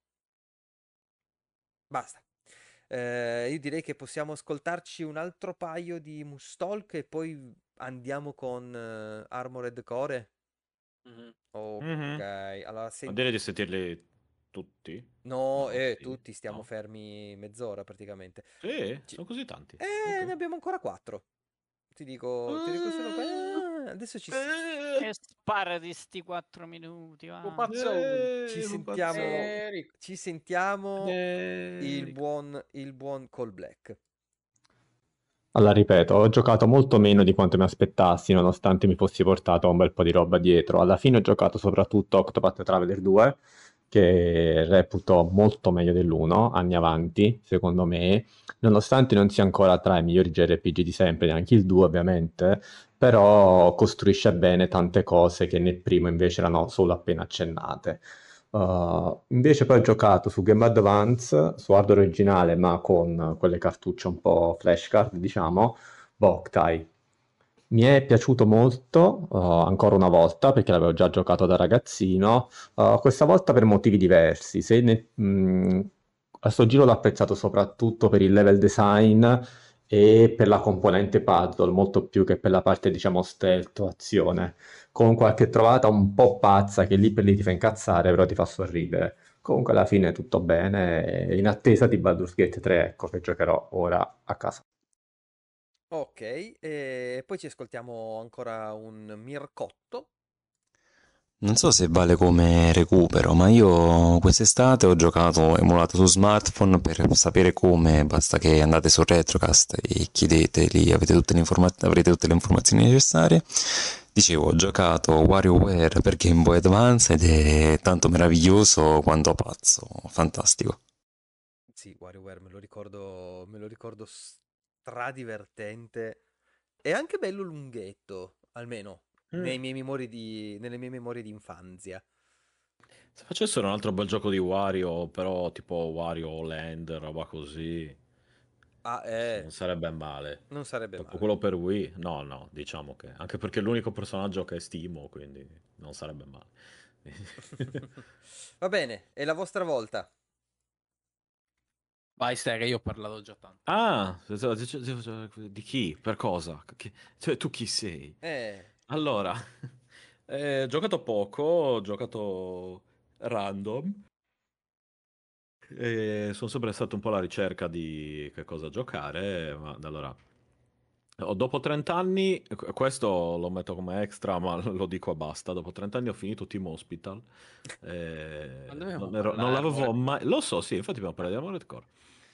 Basta. Io direi che possiamo ascoltarci un altro paio di Mustalk e poi andiamo con Armored Core. Mhm. Ok, Mhm. allora Ma direi di sentirli tutti? No, No, sì, tutti stiamo no. fermi mezz'ora praticamente. Sì, Ci- sono così tanti. Ne Ok. abbiamo ancora 4. Ti dico solo. Adesso E spara di sti 4 minuti, va. Pupazzone. ci sentiamo. Pupazzo. Rico. Ci sentiamo il Eric. buon Call Black. Allora, ripeto, ho giocato molto meno di quanto mi aspettassi, nonostante mi fossi portato un bel po' di roba dietro. Alla fine ho giocato soprattutto Octopath Traveler 2, che reputo molto meglio dell'1, anni avanti, secondo me, nonostante non sia ancora tra i migliori JRPG di sempre, neanche il 2 ovviamente, però costruisce bene tante cose che nel primo invece erano solo appena accennate. Invece poi ho giocato su Game Boy Advance, su hardware originale, ma con quelle cartucce un po' flashcard, diciamo, Boktai. Mi è piaciuto molto, ancora una volta, perché l'avevo già giocato da ragazzino, questa volta per motivi diversi. A sto giro l'ho apprezzato soprattutto per il level design e per la componente puzzle, molto più che per la parte, diciamo, stealth o azione, con qualche trovata un po' pazza che lì per lì ti fa incazzare, però ti fa sorridere. Comunque alla fine tutto bene, in attesa di Baldur's Gate 3, ecco, che giocherò ora a casa. Ok, e poi ci ascoltiamo ancora un Mircotto. Non so se vale come recupero, ma io quest'estate ho giocato emulato su smartphone per sapere come, basta che andate su Retrocast e chiedete, lì avrete tutte le informazioni necessarie. Dicevo, ho giocato WarioWare per Game Boy Advance ed è tanto meraviglioso quanto pazzo, fantastico. Sì, WarioWare me lo ricordo stradivertente. E anche bello lunghetto, almeno nelle mie memorie di infanzia. Se facessero un altro bel gioco di Wario, però tipo Wario Land, roba così, Ah, non sarebbe male. non sarebbe Dopo male. quello per Wii, no, no, diciamo che... Anche perché è l'unico personaggio che stimo, quindi non sarebbe male. Va bene, è la vostra volta. Vai, stai, che io ho parlato già tanto. Ah, di chi? Per cosa? Cioè, tu chi sei? Eh, Allora, ho giocato poco, ho giocato random e sono sempre stato un po' alla ricerca di che cosa giocare, ma allora, dopo 30 anni, questo lo metto come extra, ma lo dico e basta, dopo 30 anni ho finito Team Hospital, Ma dobbiamo non parlare l'avevo Armored mai... Core. Lo so, sì, infatti abbiamo parlato di Armored Core.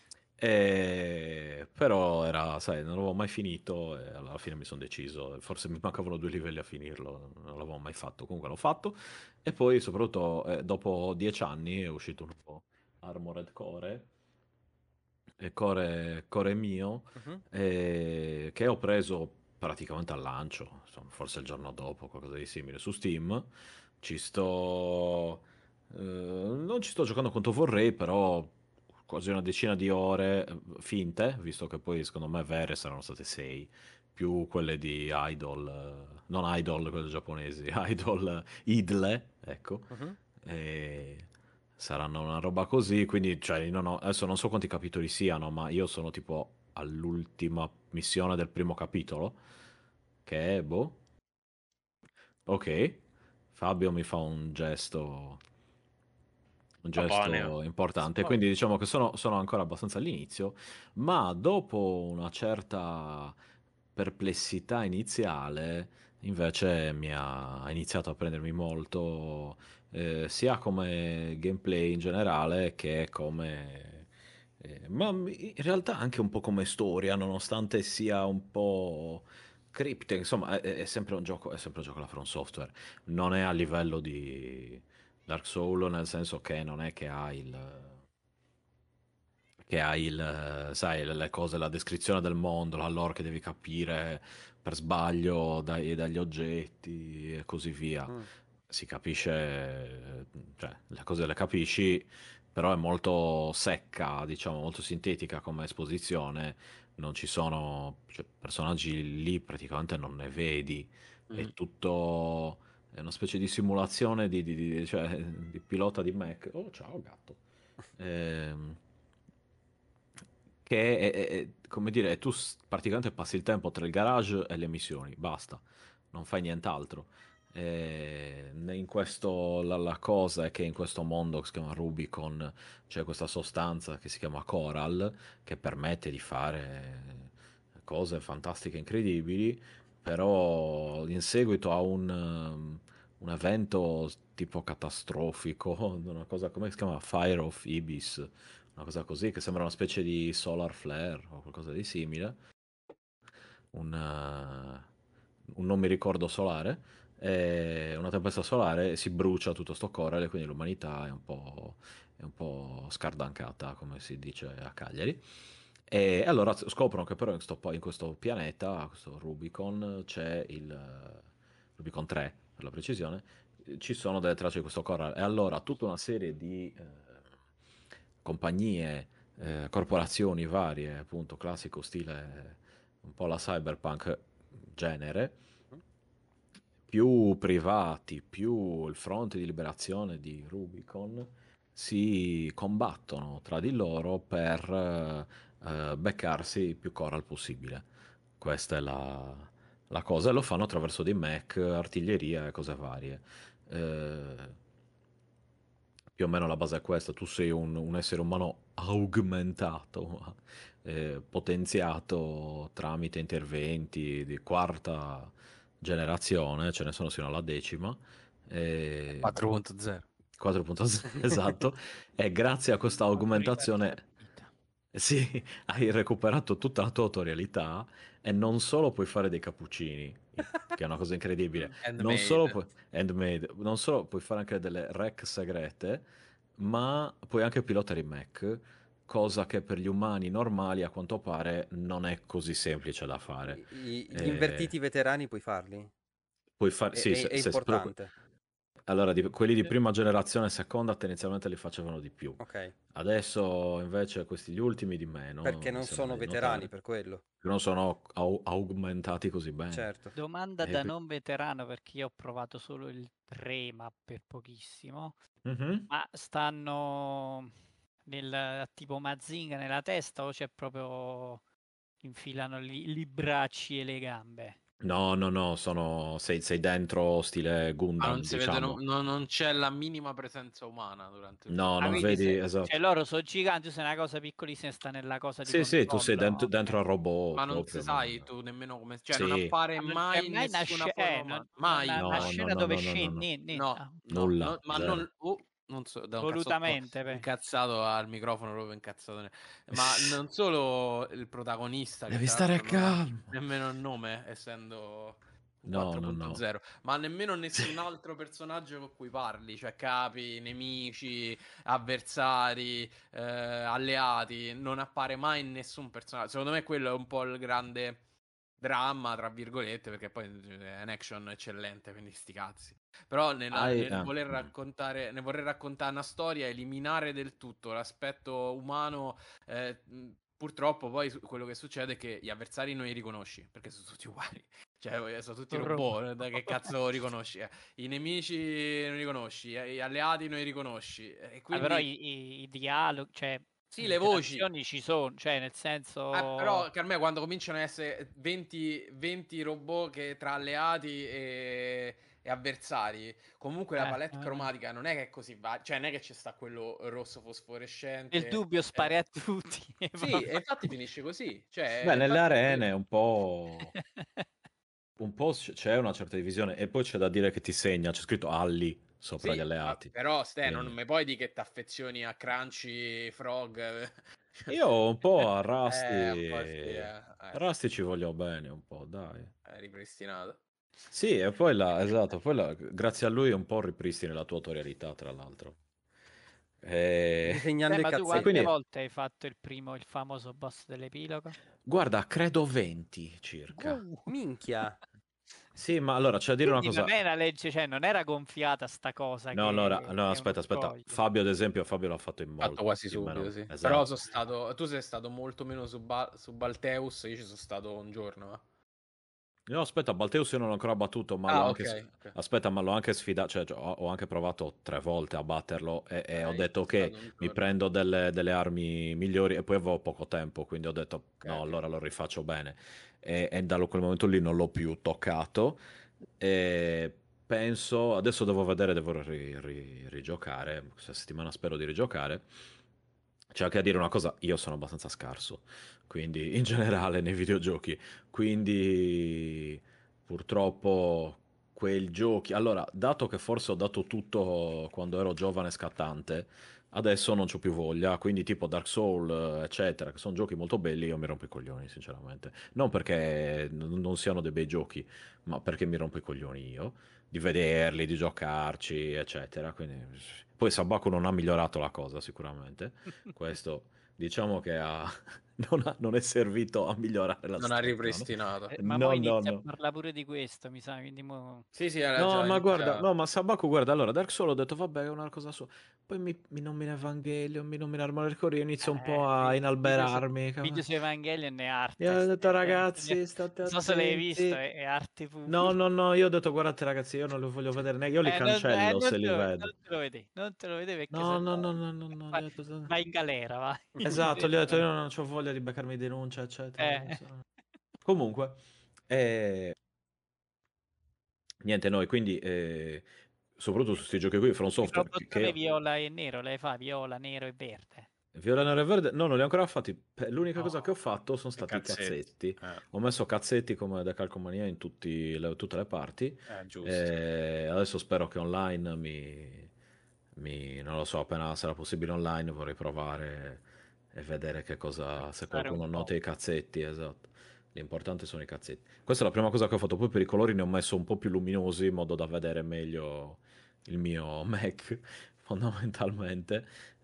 Però era, sai, non l'avevo mai finito e alla fine mi sono deciso, forse mi mancavano 2 livelli a finirlo, non l'avevo mai fatto, comunque l'ho fatto. E poi soprattutto dopo 10 anni è uscito un nuovo Armored Core, e Core mio, mhm. che ho preso praticamente al lancio, insomma, forse il giorno dopo, qualcosa di simile, su Steam. Ci sto... non ci sto giocando quanto vorrei, però quasi una decina di ore finte, visto che poi secondo me vere saranno state 6, più quelle di Idol, non Idol, quelle giapponesi, Idol Idle, ecco. Mhm. E saranno una roba così, quindi cioè, io adesso non so quanti capitoli siano, ma io sono tipo all'ultima missione del primo capitolo, che è, boh, ok, Fabio mi fa un gesto un gesto importante. Quindi diciamo che sono ancora abbastanza all'inizio, ma dopo una certa perplessità iniziale, invece mi ha iniziato a prendermi molto, sia come gameplay in generale che come... ma in realtà anche un po' come storia, nonostante sia un po' criptica, insomma, è sempre un gioco, è sempre un gioco alla From Software, non è a livello di Dark Souls, nel senso che non è che hai sai, le cose, la descrizione del mondo, la lore che devi capire per sbaglio dagli oggetti e così via. Si capisce, cioè, le cose le capisci, però è molto secca, diciamo, molto sintetica come esposizione. Non ci sono, cioè, personaggi lì praticamente non ne vedi. È tutto... È una specie di simulazione cioè, di pilota di mech. Oh, ciao gatto. Che come dire, tu praticamente passi il tempo tra il garage e le missioni, basta, non fai nient'altro. In questo, la cosa è che in questo mondo che si chiama Rubicon c'è questa sostanza che si chiama Coral che permette di fare cose fantastiche, incredibili, però in seguito a un evento tipo catastrofico, una cosa come si chiama Fire of Ibis, una cosa così che sembra una specie di solar flare o qualcosa di simile, un non mi ricordo solare, una tempesta solare, si brucia tutto sto coral e quindi l'umanità è un po' scardancata, come si dice a Cagliari. E allora scoprono che però in questo pianeta, questo Rubicon, c'è il Rubicon 3 per la precisione, ci sono delle tracce di questo coral e allora tutta una serie di compagnie, corporazioni varie, appunto classico stile un po' la cyberpunk genere, più privati, più il fronte di liberazione di Rubicon si combattono tra di loro per beccarsi il più coral possibile. Questa è la cosa, e lo fanno attraverso dei mech, artiglieria e cose varie. Più o meno la base è questa, tu sei un essere umano augmentato, potenziato tramite interventi di quarta generazione, ce ne sono sino alla 10ª. 4.0. 4.0, esatto, e grazie a questa augmentazione sì, hai recuperato tutta la tua autorialità e non solo puoi fare dei cappuccini, che è una cosa incredibile, handmade, non solo puoi fare anche delle rec segrete, ma puoi anche pilotare i mech, cosa che per gli umani normali a quanto pare non è così semplice da fare. Gli invertiti veterani puoi farli? Puoi fare, sì, È importante. allora, quelli di prima generazione e seconda tendenzialmente li facevano di più. Ok. Adesso invece questi gli ultimi di meno. Perché mi non sembra sono di veterani, notare, per quello. che non sono augmentati così bene. Certo. Domanda E da qui- non veterano perché io ho provato solo il 3 ma per pochissimo. Mhm. Ma stanno nel tipo Mazinga nella testa o c'è proprio infilano i bracci e le gambe? No, sei dentro stile Ma Gundam, non si vede, diciamo. non c'è la minima presenza umana durante il No, gioco. non quindi vedi, cioè esatto. loro sono giganti, tu sei una cosa piccolissima e sta nella cosa di Sì, tu sei controllo. dentro al robot Ma non si proprio. sai tu nemmeno come... Cioè, non Sì, appare Ma non c'è mai mai nessuna forma umana. Mai, una no, mai. scena no, dove no, no, no, no. scendi, No, ah, no, Nulla, ma zero. non so, da un cazzotto volutamente. incazzato al microfono, proprio incazzato. Ma non solo il protagonista, che Devi tra stare l'altro non ha calmo. nemmeno il nome, essendo un No. 4.0, ma nemmeno nessun altro personaggio con cui parli, cioè capi, nemici, avversari, alleati, non appare mai nessun personaggio. Secondo me quello è un po' il grande dramma, tra virgolette, perché poi è un action eccellente, quindi sti cazzi. Però nel voler raccontare, ne vorrei raccontare una storia, eliminare del tutto l'aspetto umano, purtroppo poi quello che succede è che gli avversari non li riconosci, perché sono tutti uguali. Cioè, sono tutti robot, che cazzo riconosci? I nemici non li riconosci, gli alleati non li riconosci. E quindi... Però i dialoghi, cioè Sì, le le voci. interazioni ci sono, cioè nel senso... Però che a me quando cominciano a essere 20 robot che tra alleati e e avversari, comunque la palette eh. cromatica non è che è così cioè non è che ci sta quello rosso fosforescente. Nel dubbio spari a tutti. E Sì, va e infatti finisce così. Cioè, Beh, nelle infatti arene un po' c'è una certa divisione e poi c'è da dire che ti segna, c'è scritto Alli sopra gli sì, alleati. però Ste, non Quindi- mi puoi dire che ti affezioni a Crunchy Frog. Io un po' a Un po' sì, Rusty ci voglio bene un po', dai. è ripristinato. Sì, e poi esatto, grazie a lui un po' ripristini la tua autorialità, tra l'altro. Disegnando i ma tu cazzetti. quante quindi- volte hai fatto il famoso boss dell'epilogo? Guarda, credo 20 circa. Minchia. Sì, ma allora c'è da dire una Quindi cosa. non è una legge, cioè non era gonfiata sta cosa No, che no, è uno aspetta. scoglio. Fabio, ad esempio, l'ha fatto in Fatto molto. quasi in meno. subito, sì. Esatto. Però tu sei stato molto meno su Balteus, io ci sono stato un giorno. No, aspetta, Balteus io non l'ho ancora battuto, ma l'ho anche... ok. Aspetta, ma l'ho anche sfidato, cioè ho anche provato 3 volte a batterlo e ho Io detto ci sono che stato un mi giorno. prendo delle armi migliori e poi avevo poco tempo, quindi ho detto no, ok. allora lo rifaccio bene. E da quel momento lì non l'ho più toccato e penso, adesso devo vedere, devo rigiocare, questa settimana spero di rigiocare. C'è anche a dire una cosa, io sono abbastanza scarso, quindi in generale nei videogiochi, quindi purtroppo quei giochi... Allora, dato che forse ho dato tutto quando ero giovane e scattante, adesso non c'ho più voglia, quindi tipo Dark Souls, eccetera, che sono giochi molto belli, io mi rompo i coglioni, sinceramente. Non perché non siano dei bei giochi, ma perché mi rompo i coglioni io, di vederli, di giocarci, eccetera. Quindi... Poi Sabaku non ha migliorato la cosa, sicuramente. Questo diciamo che non è servito a migliorare la Non ha situazione. ripristinato. Ma No, mo no, inizia no. a parlare pure di questo, mi sa, quindi mo... Sì, era No, già ma guarda, iniziato. no, ma Sabaku, guarda, allora, Dark Souls ho detto, vabbè, è una cosa sua. Poi mi nomina Evangelion, mi nomina Armored Core, io inizio un po' a inalberarmi. Video su Evangelion è Io arte. ho detto, ragazzi, state Non so se l'hai visto, attenti. è arte pura. No, io ho detto, guardate ragazzi, io non li voglio vedere neanche, io li cancello se li vedo. Non te lo vedi perché No, sennò no, gli ho detto... vai in galera, vai. Esatto, gli ho detto, io non ho voglia di beccarmi denuncia, eccetera. Eh. Comunque, niente, noi quindi, soprattutto su questi giochi qui, From Il Software, robottone viola e nero, lei fa viola, nero e verde. Viola, Nero e Verde, no, non li ho ancora fatti. L'unica cosa che ho No, fatto sono stati i cazzetti. cazzetti. Ho messo cazzetti come Decalcomania in tutte le parti. Giusto. Adesso spero che online non lo so, appena sarà possibile online vorrei provare e vedere che cosa, se Fare qualcuno un po'. nota i cazzetti, esatto. L'importante sono i cazzetti. Questa è la prima cosa che ho fatto, poi per i colori ne ho messo un po' più luminosi in modo da vedere meglio il mio Mac, fondamentalmente.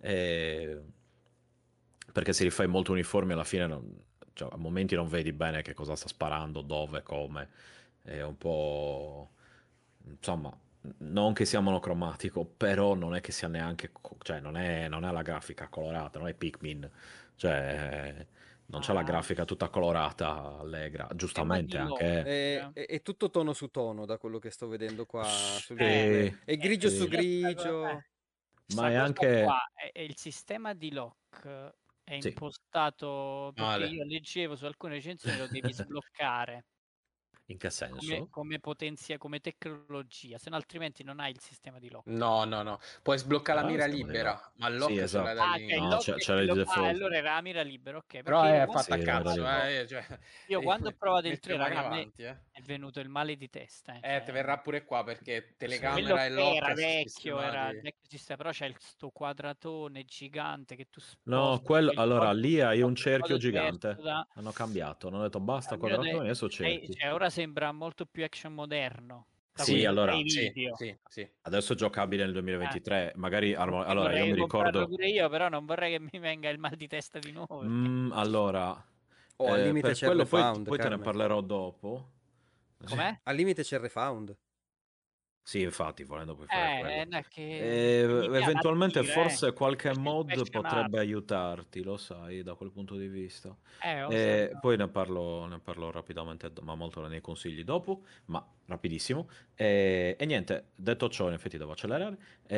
Perché se li fai molto uniformi alla fine cioè, a momenti non vedi bene che cosa sta sparando, dove, come. È un po'... Insomma, non che sia monocromatico, però non è che sia neanche... Cioè, non è la grafica colorata, non è Pikmin. Cioè, non c'è la grafica tutta colorata, allegra. Giustamente anche... È tutto tono su tono da quello che sto vedendo qua sul Sì, gameplay. È grigio sì. su grigio. Ma è cosa anche... qua è il sistema di lock è Sì. impostato perché Male. io leggevo su alcune recensioni lo devi sbloccare In che senso? come potenzia, come tecnologia, se no altrimenti non hai il sistema di lock. No. Puoi sbloccare la mira sistema di libera, lock. ma il Sì, lock ce l'hai esatto. da Ah, lì. ok, il No, lock c'era il default. allora era la mira libera, ok. Però Perché è io fatta a Sì, era cazzo, libero. cioè, io quando ho provato il 3, mette mani raga, a me avanti, è venuto il male di testa. te verrà pure qua perché quello telecamera e lock era vecchio, era il sistemati. vecchio sistema, però c'è sto quadratone gigante che tu No, sposti, il allora quadro lì hai un sposta in cerchio modo diverso gigante. da... Hanno cambiato, hanno detto basta almeno quadratoni, adesso cerchi. cioè, ora sembra molto più action moderno da Sì, quello allora, dei video. Sì. adesso è giocabile nel 2023. Magari, allora, io Vorrei mi comprarlo ricordo... pure io, però non vorrei che mi venga il mal di testa di nuovo. Allora, Oh, al limite per c'è il quello poi refound, te ne Carmen. parlerò dopo. Com'è? Al limite c'è il refound. Sì, infatti, volendo puoi fare quello. No, che mi piace Eventualmente attira, forse qualche perché mod questionarlo. potrebbe aiutarti, lo sai, da quel punto di vista. Osserva. Poi ne parlo rapidamente, ma molto nei consigli dopo, ma rapidissimo. E niente, detto ciò, in effetti devo accelerare.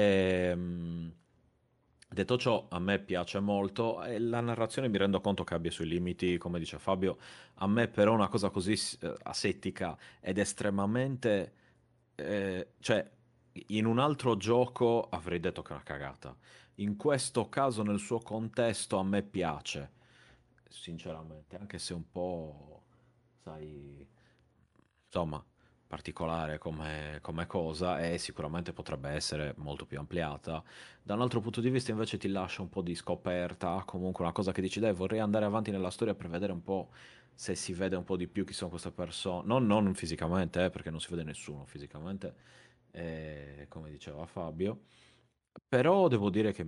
Detto ciò, a me piace molto e la narrazione mi rendo conto che abbia i suoi limiti, come dice Fabio. A me però una cosa così asettica ed estremamente cioè, in un altro gioco avrei detto che è una cagata. In questo caso, nel suo contesto, a me piace, sinceramente, anche se un po', sai, insomma, particolare come cosa e sicuramente potrebbe essere molto più ampliata. Da un altro punto di vista invece ti lascia un po' di scoperta, comunque una cosa che dici, dai, vorrei andare avanti nella storia per vedere un po' se si vede un po' di più chi sono queste persone, non fisicamente, perché non si vede nessuno fisicamente, come diceva Fabio, però devo dire che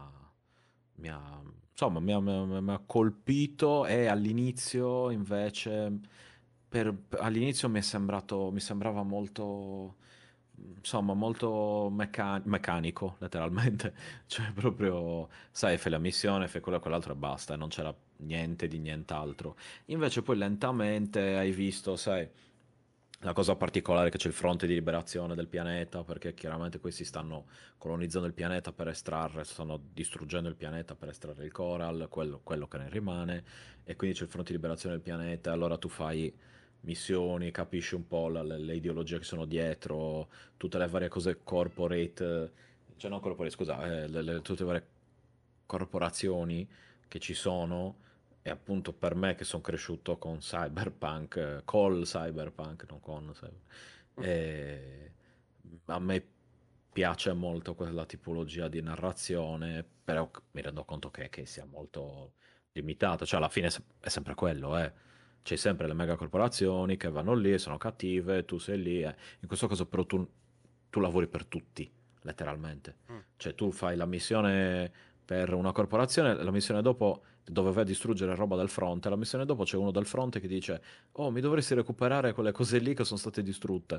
mi ha, insomma, mi ha colpito e all'inizio invece, all'inizio mi sembrava molto, insomma, molto meccanico, letteralmente, cioè proprio, sai, fai la missione, fai quello e quell'altro e basta, e non c'era niente di nient'altro. Invece poi lentamente hai visto, sai, la cosa particolare è che c'è il fronte di liberazione del pianeta, perché chiaramente questi stanno colonizzando il pianeta per estrarre, stanno distruggendo il pianeta per estrarre il coral, quello che ne rimane, e quindi c'è il fronte di liberazione del pianeta, e allora tu fai missioni, capisci un po' le ideologie che sono dietro, tutte le varie cose corporate, cioè non corporate, scusa, tutte le varie corporazioni che ci sono, e appunto per me che sono cresciuto con Cyberpunk, col Cyberpunk, non con e a me piace molto quella tipologia di narrazione, però mi rendo conto che sia molto limitato, cioè alla fine è sempre quello, eh. C'è sempre le megacorporazioni che vanno lì, sono cattive, tu sei lì. In questo caso però tu lavori per tutti, letteralmente. Mm. Cioè tu fai la missione per una corporazione, la missione dopo dove vai a distruggere roba del fronte, la missione dopo c'è uno del fronte che dice oh mi dovresti recuperare quelle cose lì che sono state distrutte.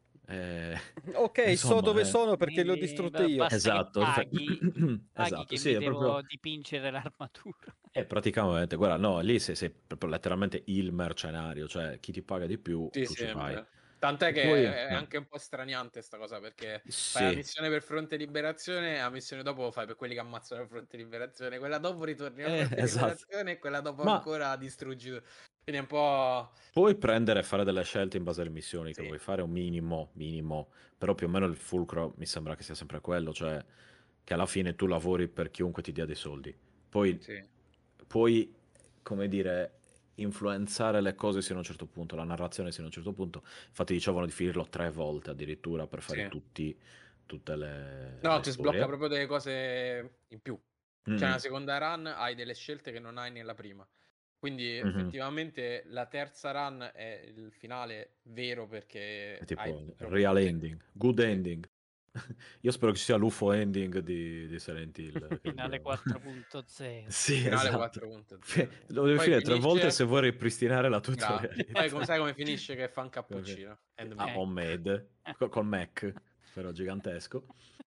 Ok, so Insomma, dove sono perché le ho distrutte io. Basta che esatto, paghi esatto, che sì, mi è proprio... devo dipingere l'armatura. Praticamente, guarda, no, lì sei proprio letteralmente il mercenario, cioè chi ti paga di più, Sì, tu sì, ci è vai. vero. Tant'è E che poi, è anche un po' straniante sta cosa, perché fai la sì, missione per fronte liberazione, la missione dopo fai per quelli che ammazzano il fronte liberazione, quella dopo ritorni al fronte esatto. liberazione e quella dopo Ma ancora distruggi. Quindi è un po'... puoi prendere e fare delle scelte in base alle missioni che Sì, vuoi fare, un minimo, però più o meno il fulcro mi sembra che sia sempre quello, cioè che alla fine tu lavori per chiunque ti dia dei soldi. Poi sì. puoi, come dire, influenzare le cose sino a un certo punto, la narrazione sino a un certo punto. Infatti dicevano di finirlo 3 volte addirittura per fare Sì. tutte No, le ti sblocca storie. proprio delle cose in più. Cioè, nella Mm, seconda run hai delle scelte che non hai nella prima. Quindi mhm. effettivamente la terza run è il finale vero È perché hai tipo proprio real tutte... ending, good Sì. ending. Io spero che ci sia l'UFO ending di Silent Hill che Finale abbiamo. 4.0. Sì, Finale esatto. 4.0. Lo devi Poi finire 3 volte finisce... se vuoi ripristinare la tua Bravo. realtà. Poi sai come finisce? Che fa un Ok. cappuccino. End Ah, me. Ecco. homemade, col Mac, però gigantesco.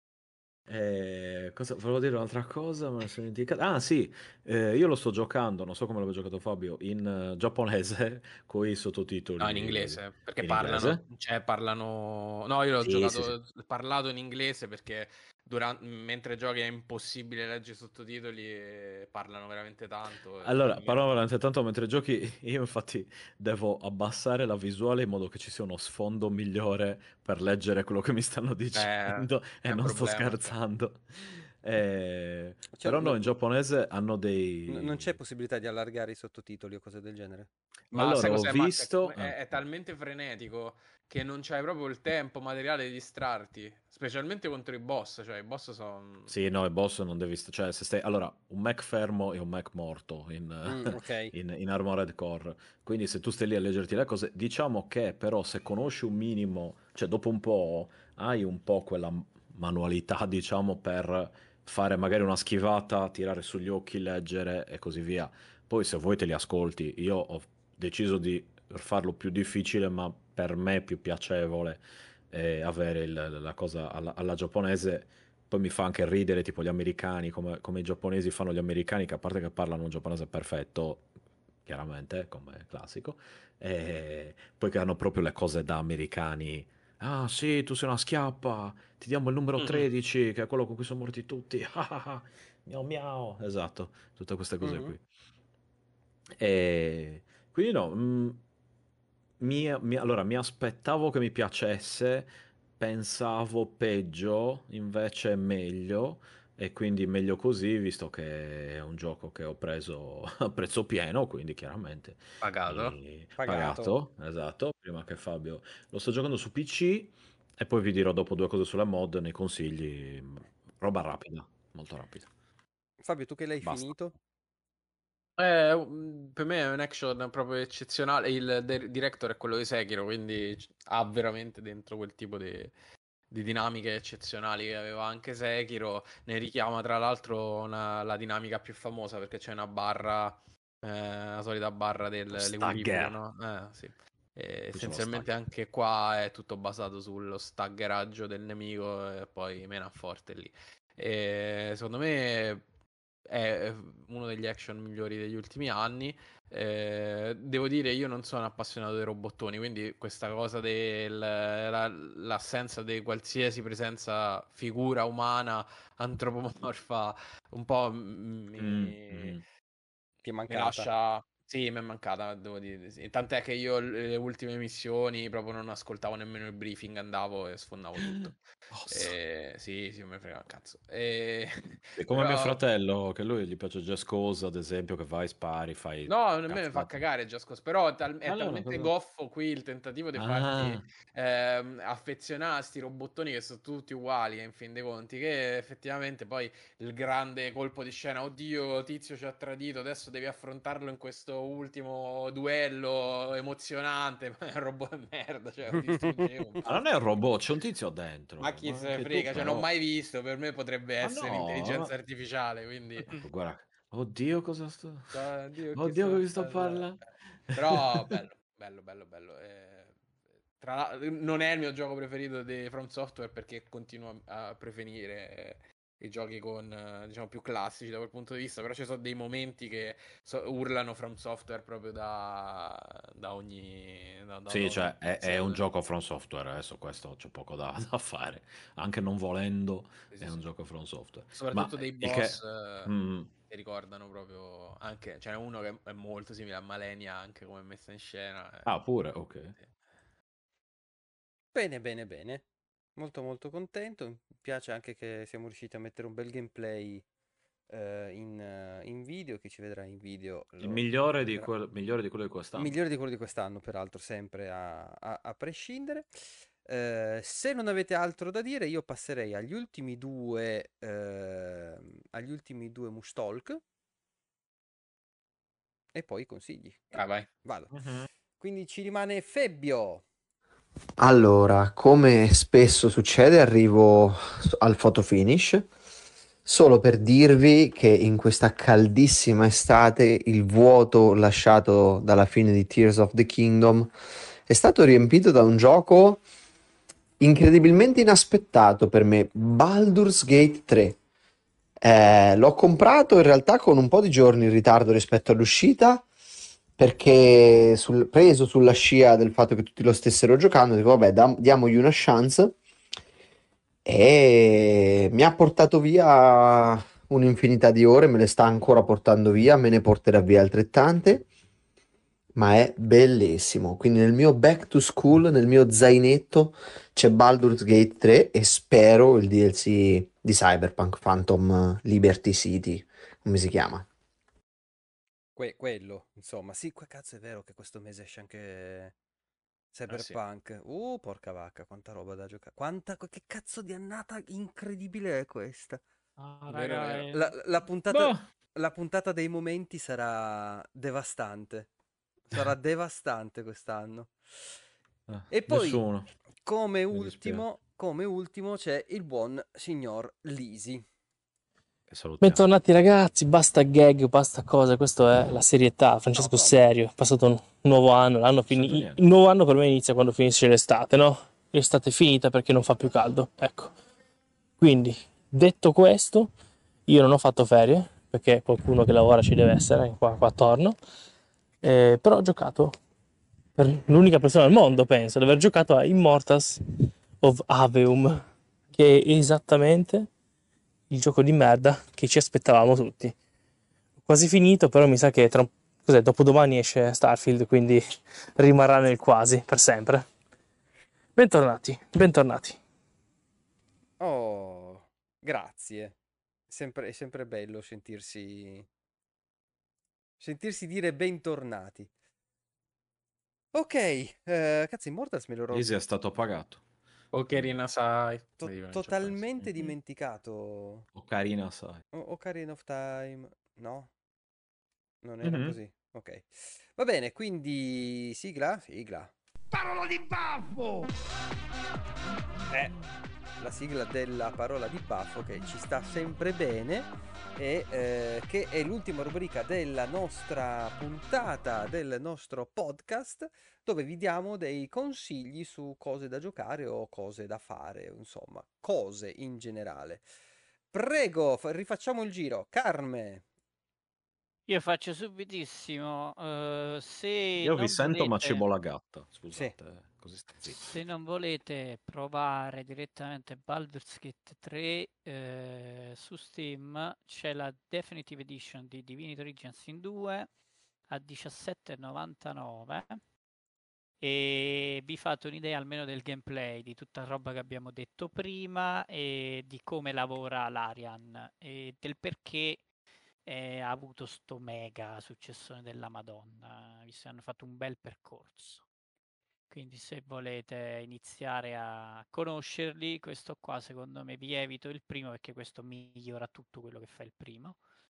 Cosa, volevo dire un'altra cosa, me ne sono dimenticato. Ah, sì, io lo sto giocando, non so come l'avevo giocato Fabio, in giapponese con i No, in sottotitoli inglese, perché in parlano, inglese. cioè parlano... No, io l'ho Sì, sì, sì. giocato parlato in inglese perché mentre giochi è impossibile leggere i sottotitoli e parlano veramente tanto. Allora, parlavo veramente tanto mentre giochi, io infatti devo abbassare la visuale in modo che ci sia uno sfondo migliore per leggere quello che mi stanno dicendo e È un non sto problema, sì. scherzando. Cioè, Però no, in giapponese hanno non c'è dei... possibilità di allargare i sottotitoli o cose del genere? Ma Allora, sai ho cos'è, Max? È, visto... è talmente frenetico che non c'hai proprio il tempo materiale di distrarti, specialmente contro i boss, cioè i boss sono... Sì, no, il boss non devi... Cioè, se stai... Allora, un Mac fermo e un Mac morto Ok. in Armored Core. Quindi se tu stai lì a leggerti le cose, diciamo che però se conosci un minimo, cioè dopo un po' hai un po' quella manualità, diciamo, per fare magari una schivata, tirare sugli occhi, leggere e così via. Poi se vuoi te li ascolti. Io ho deciso di farlo più difficile, ma per me più piacevole avere la cosa alla giapponese. Poi mi fa anche ridere, tipo gli americani, come i giapponesi fanno gli americani, che a parte che parlano un giapponese perfetto, chiaramente, come classico, e poi che hanno proprio le cose da americani. Ah sì, tu sei una schiappa, ti diamo il numero Mhm. 13, che è quello con cui sono morti tutti. Miau miau. Esatto, tutte queste cose Mhm. qui. E quindi no, allora mi aspettavo che mi piacesse, pensavo peggio, invece è meglio, e quindi meglio così, visto che è un gioco che ho preso a prezzo pieno, quindi chiaramente Pagato. Pagato. pagato, esatto, prima che Fabio. Lo sto giocando su PC e poi vi dirò dopo due cose sulla mod nei consigli. Roba rapida, molto rapida. Fabio, tu che l'hai Basta. finito? Per me è un action proprio eccezionale. Il director è quello di Sekiro, quindi ha veramente dentro quel tipo di dinamiche eccezionali che aveva anche Sekiro. Ne richiama tra l'altro la dinamica più famosa perché c'è una barra, la solita barra Lo dell'equilibrio, stagger. no? Sì. E Qui c'è lo essenzialmente stagger. anche qua è tutto basato sullo staggeraggio del nemico e poi mena forte lì. E secondo me è uno degli action migliori degli ultimi anni. Devo dire, io non sono appassionato dei robottoni, quindi questa cosa dell'assenza di qualsiasi presenza, figura umana, antropomorfa, un po' Mm. Ti è mi mancata? lascia. Sì, mi è mancata, devo dire. Sì. Tant'è che io le ultime missioni proprio non ascoltavo nemmeno il briefing, andavo e sfondavo tutto. Posso. Sì, sì, mi frega un cazzo. È come mio Però. fratello, che lui gli piace Just Cause, ad esempio, che vai, spari, fai No, a me mi fa cazzate. cagare Just Cause, però è Allora, talmente cosa... goffo qui il tentativo di farti Ah, affezionare a sti robottoni che sono tutti uguali, in fin dei conti, che effettivamente poi il grande colpo di scena, oddio, Tizio ci ha tradito, adesso devi affrontarlo in questo ultimo duello emozionante, ma è un robot di merda, cioè lo distruggevo. ma non è un robot, c'è un tizio Ma dentro, chi ma se ne anche tu frega, cioè non ho però... mai visto, per me potrebbe Ma essere no, intelligenza artificiale, quindi. guarda, oddio cosa sto... Oddio, che Oddio sta che vi sto facendo? parlando. Però bello, bello, bello, bello. Non è il mio gioco preferito di From Software perché continuo a preferire i giochi con, diciamo, più classici da quel punto di vista, però ci sono dei momenti che urlano From Software proprio da ogni. Da Sì, ogni cioè è un pixel. gioco From Software, su questo c'è poco da fare, anche non volendo Sì, è sì, un sì. gioco From Software. Ma Soprattutto dei il boss che... Mm, che ricordano proprio anche. Ce n'è uno che è molto simile a Malenia anche come messa in scena. ah, pure, ok. Sì. Bene, bene, bene. Molto molto contento. Mi piace anche che siamo riusciti a mettere un bel gameplay in video. Chi ci vedrà in video Il lo migliore vedrà. migliore di quello di quest'anno. Migliore di quello di quest'anno, peraltro, sempre a prescindere. Se non avete altro da dire, io passerei agli ultimi due Mustalk e poi i consigli. Ah, vai. Vado. Mhm. Quindi ci rimane Febbio. Allora, come spesso succede, arrivo al photo finish solo per dirvi che in questa caldissima estate il vuoto lasciato dalla fine di Tears of the Kingdom è stato riempito da un gioco incredibilmente inaspettato per me, Baldur's Gate 3. L'ho comprato in realtà con un po' di giorni in ritardo rispetto all'uscita perché preso sulla scia del fatto che tutti lo stessero giocando, dico vabbè, diamogli una chance e mi ha portato via un'infinità di ore, me le sta ancora portando via, me ne porterà via altrettante, ma è bellissimo. Quindi nel mio back to school, nel mio zainetto, c'è Baldur's Gate 3 e spero il DLC di Cyberpunk Phantom Liberty City, come si chiama? Quello, insomma. Sì, qua cazzo è vero che questo mese esce anche Sì. Cyberpunk. Porca vacca, quanta roba da giocare. Che cazzo di annata incredibile è questa. Ah, Vero, raga, vero. La puntata, boh, la puntata dei momenti sarà devastante. Sarà devastante quest'anno. E poi, Nessuno, mi dispiace. come ultimo c'è il buon signor Lisi. Che salutiamo. Bentornati ragazzi, basta gag, basta cose, questa è la serietà, Francesco No, no, serio, è passato un nuovo anno, Sento niente. il nuovo anno per me inizia quando finisce l'estate, no? L'estate è finita perché non fa più caldo, ecco. Quindi, detto questo, io non ho fatto ferie, perché qualcuno che lavora ci deve essere qua attorno, però ho giocato per l'unica persona al mondo, penso, di aver giocato a Immortals of Aveum, che è esattamente il gioco di merda che ci aspettavamo tutti. Quasi finito, però mi sa che dopodomani esce Starfield, quindi rimarrà nel quasi per sempre. Bentornati, bentornati. Oh, grazie. È sempre bello sentirsi dire bentornati. Ok, cazzo, Immortals me l'ero Easy è stato pagato. Ocarina Sai. totalmente dimenticato. Ocarina sai. Ocarina of Time, no? Non era così. Ok. Va bene, quindi sigla? Sigla. Parola di baffo! La sigla della parola di baffo che ci sta sempre bene e che è l'ultima rubrica della nostra puntata, del nostro podcast, dove vi diamo dei consigli su cose da giocare o cose da fare, insomma, cose in generale. Prego, rifacciamo il giro. Carme. Io faccio subitissimo. Se Io vi non sento ma volete, cibo la gatta. Scusate, così sta zitto. se non volete provare direttamente Baldur's Gate 3 su Steam, c'è la Definitive Edition di Divinity Original Sin 2 a 17,99 e vi fate un'idea almeno del gameplay, di tutta la roba che abbiamo detto prima e di come lavora l'Arian e del perché ha avuto sto mega successone della Madonna, visto che hanno fatto un bel percorso. Quindi se volete iniziare a conoscerli, questo qua secondo me vi evito il primo perché questo migliora tutto quello che fa il primo.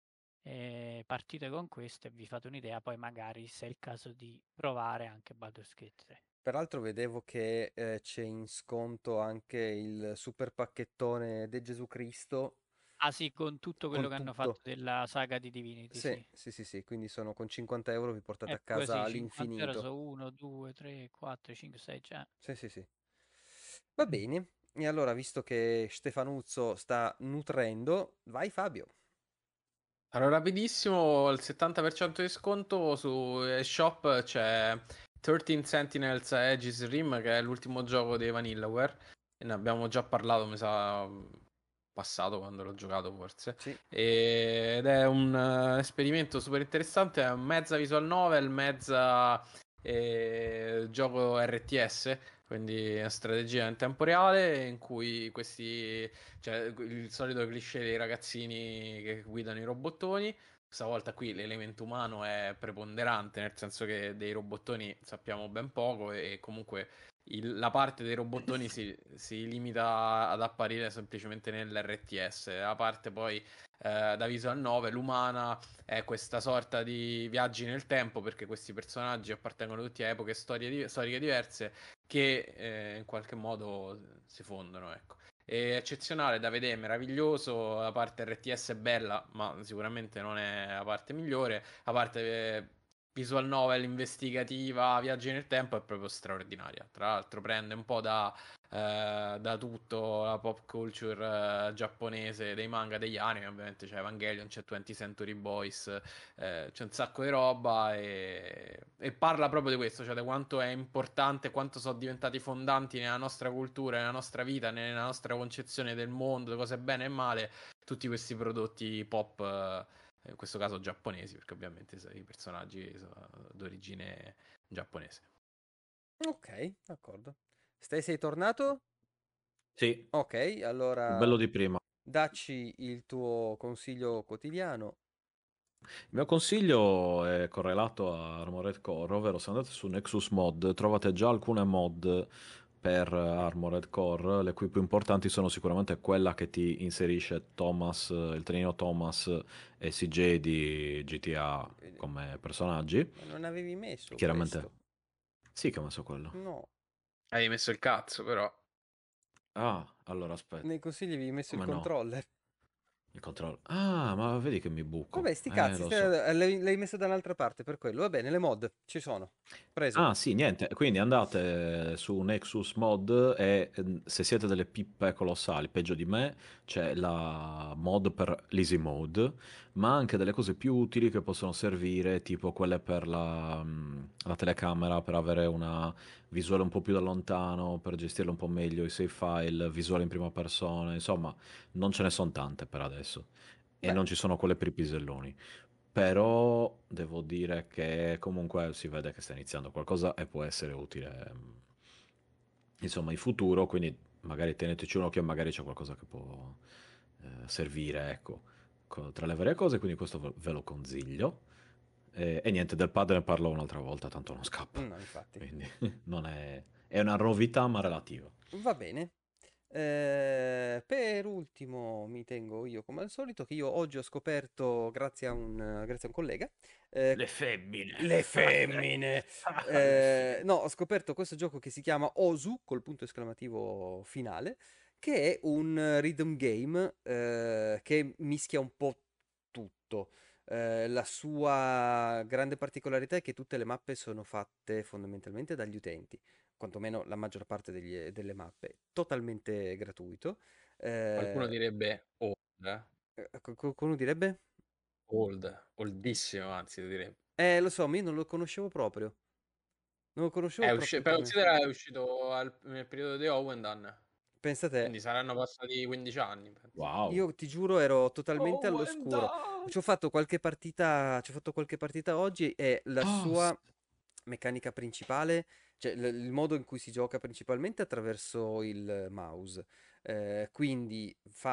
Partite con questo e vi fate un'idea, poi magari se è il caso di provare anche Baldur's Gate 3. Peraltro vedevo che c'è in sconto anche il super pacchettone De Gesù Cristo. Ah sì, con tutto quello Con che hanno tutto. fatto della saga di Divinity, Sì, sì. sì, quindi sono con 50 euro vi portate a Poi casa sì, 50 euro all'infinito. sono 1, 2, 3, 4, 5, 6, già. Sì. Va bene. E allora, visto che Stefanuzzo sta nutrendo, vai Fabio. Allora, rapidissimo, il 70% di sconto su eShop c'è 13 Sentinels Aegis Rim, che è l'ultimo gioco dei Vanillaware. E ne abbiamo già parlato, mi sa, passato quando l'ho giocato forse. Sì. Ed è un esperimento super interessante, è mezza visual novel, mezza gioco RTS, quindi una strategia in tempo reale in cui questi, cioè il solito cliché dei ragazzini che guidano i robottoni. Questa volta qui l'elemento umano è preponderante, nel senso che dei robottoni sappiamo ben poco e comunque la parte dei robottoni si limita ad apparire semplicemente nell'RTS. La parte poi da visual novel umana è questa sorta di viaggi nel tempo, perché questi personaggi appartengono tutti a epoche storiche diverse che in qualche modo si fondono, ecco. È eccezionale da vedere, meraviglioso. La parte RTS è bella, ma sicuramente non è la parte migliore. La parte visual novel investigativa, viaggi nel tempo è proprio straordinaria. Tra l'altro prende un po' da tutto la pop culture giapponese, dei manga, degli anime. Ovviamente c'è Evangelion, c'è 20th Century Boys, c'è un sacco di roba e parla proprio di questo, cioè di quanto è importante, quanto sono diventati fondanti nella nostra cultura, nella nostra vita, nella nostra concezione del mondo, di cosa è bene e male, tutti questi prodotti pop, in questo caso giapponesi, perché ovviamente i personaggi sono d'origine giapponese. Ok, d'accordo. Sei tornato? Sì. Ok, allora Più bello di prima. dacci il tuo consiglio quotidiano. Il mio consiglio è correlato a Armored Core, ovvero se andate su Nexus Mod trovate già alcune mod per Armored Core, le cui più importanti sono sicuramente quella che ti inserisce Thomas, il trenino Thomas e CJ di GTA come personaggi. Ma non avevi messo Chiaramente. questo? Sì che ho messo quello. No. Hai messo il cazzo, però. Ah, allora aspetta. Nei consigli avevi messo il Come no? controller. Il controllo. Ah, ma vedi che mi buco. Vabbè, sti cazzi, Lo so. l'hai messo da un'altra parte per quello. Va bene, le mod ci sono. Preso. Ah sì, niente, quindi andate su Nexus Mod e se siete delle pippe colossali, peggio di me, c'è la mod per l'Easy Mode, ma anche delle cose più utili che possono servire, tipo quelle per la telecamera, per avere una visuale un po' più da lontano, per gestirlo un po' meglio, i save file, visuale in prima persona, insomma, non ce ne sono tante per adesso. E Beh. non ci sono quelle per i piselloni. Però devo dire che comunque si vede che sta iniziando qualcosa e può essere utile, insomma, in futuro, quindi magari teneteci un occhio e magari c'è qualcosa che può servire, ecco, tra le varie cose, quindi questo ve lo consiglio. E niente, del pad ne parlo un'altra volta, tanto non scappa. No, infatti. Quindi non è una novità ma relativa. Va bene. Per ultimo mi tengo io come al solito che io oggi ho scoperto grazie a un collega Le femmine. le femmine no, ho scoperto questo gioco che si chiama Osu col punto esclamativo finale, che è un rhythm game che mischia un po' tutto. La sua grande particolarità è che tutte le mappe sono fatte fondamentalmente dagli utenti, quantomeno la maggior parte delle mappe, totalmente gratuito. Qualcuno direbbe old, Qualcuno direbbe? oldissimo, anzi, lo direbbe. Lo so, ma io non lo conoscevo proprio. Non lo conoscevo proprio Però come... considera è uscito nel periodo di Owendan, Pensa te, quindi saranno passati 15 anni. penso. Wow. io ti giuro ero totalmente Oh, all'oscuro. Wendan! Ci ho fatto qualche partita oggi e la sua meccanica principale, cioè il modo in cui si gioca principalmente attraverso il mouse. Quindi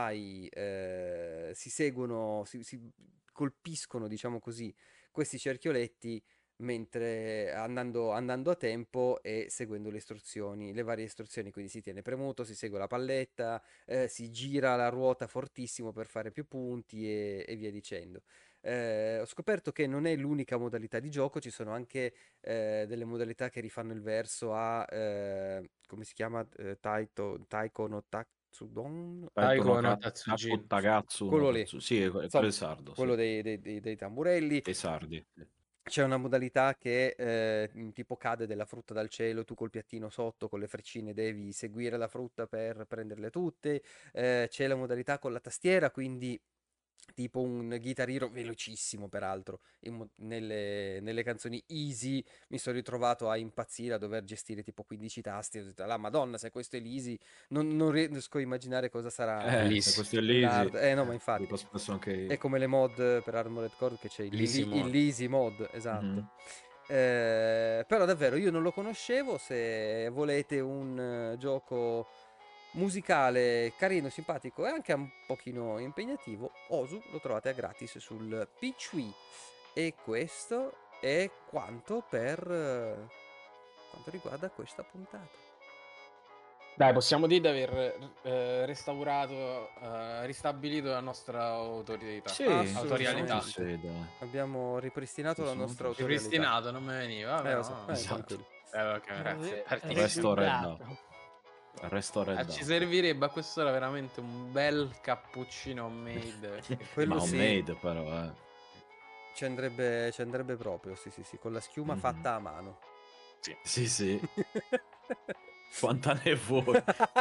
si seguono, si colpiscono, diciamo così, questi cerchioletti mentre andando a tempo e seguendo le varie istruzioni. Quindi si tiene premuto, si segue la palletta, si gira la ruota fortissimo per fare più punti e via dicendo. Ho scoperto che non è l'unica modalità di gioco, ci sono anche delle modalità che rifanno il verso a come si chiama? Taiko no Tatsudon? Taiko no Tatsujin. Tagatsu, Quello lì. sì, è Insomma, quel sardo, quello sì. dei tamburelli. Dei sardi. C'è una modalità che tipo cade della frutta dal cielo, tu col piattino sotto, con le freccine devi seguire la frutta per prenderle tutte. C'è la modalità con la tastiera, quindi tipo un Guitar Hero velocissimo, peraltro. Nelle canzoni easy mi sono ritrovato a impazzire, a dover gestire tipo 15 tasti. Ho detto, la Madonna, se questo è l'easy, non riesco a immaginare cosa sarà Se questo è l'easy, l'hard. No, ma infatti. dico spesso anche È come le mod per Armored Core che c'è L'easy mod. l'easy mod, esatto. Mhm. Però davvero io non lo conoscevo. Se volete un gioco musicale carino, simpatico e anche un pochino impegnativo, Osu lo trovate a gratis sul PC. E questo è quanto per quanto riguarda questa puntata. Dai, possiamo dire di aver ristabilito la nostra autorità. Sì, autorialità. assolutamente. Sì, dai. Abbiamo ripristinato la nostra Assolutamente. autorialità. Ripristinato, non me veniva. Lo so, Esatto. tranquillo. Ok, grazie. Resto Registrato. Resto red. Ci servirebbe a quest'ora veramente un bel cappuccino homemade. Quello Ma sì. homemade però, Ci andrebbe proprio, sì, con la schiuma Mhm. fatta a mano. Sì. Quanta ne vuoi?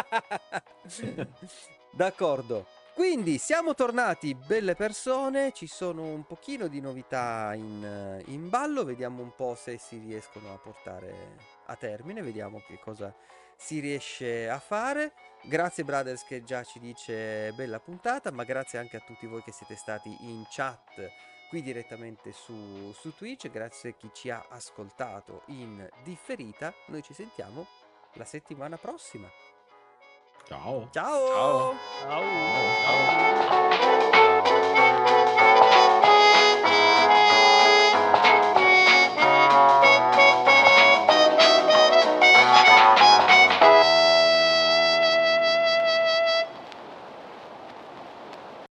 D'accordo. Quindi siamo tornati, belle persone, ci sono un pochino di novità in ballo, vediamo un po' se si riescono a portare a termine, vediamo che cosa si riesce a fare. Grazie Brothers che già ci dice bella puntata, ma grazie anche a tutti voi che siete stati in chat qui direttamente su Twitch, grazie a chi ci ha ascoltato in differita. Noi ci sentiamo la settimana prossima. Ciao. Ciao! Ciao.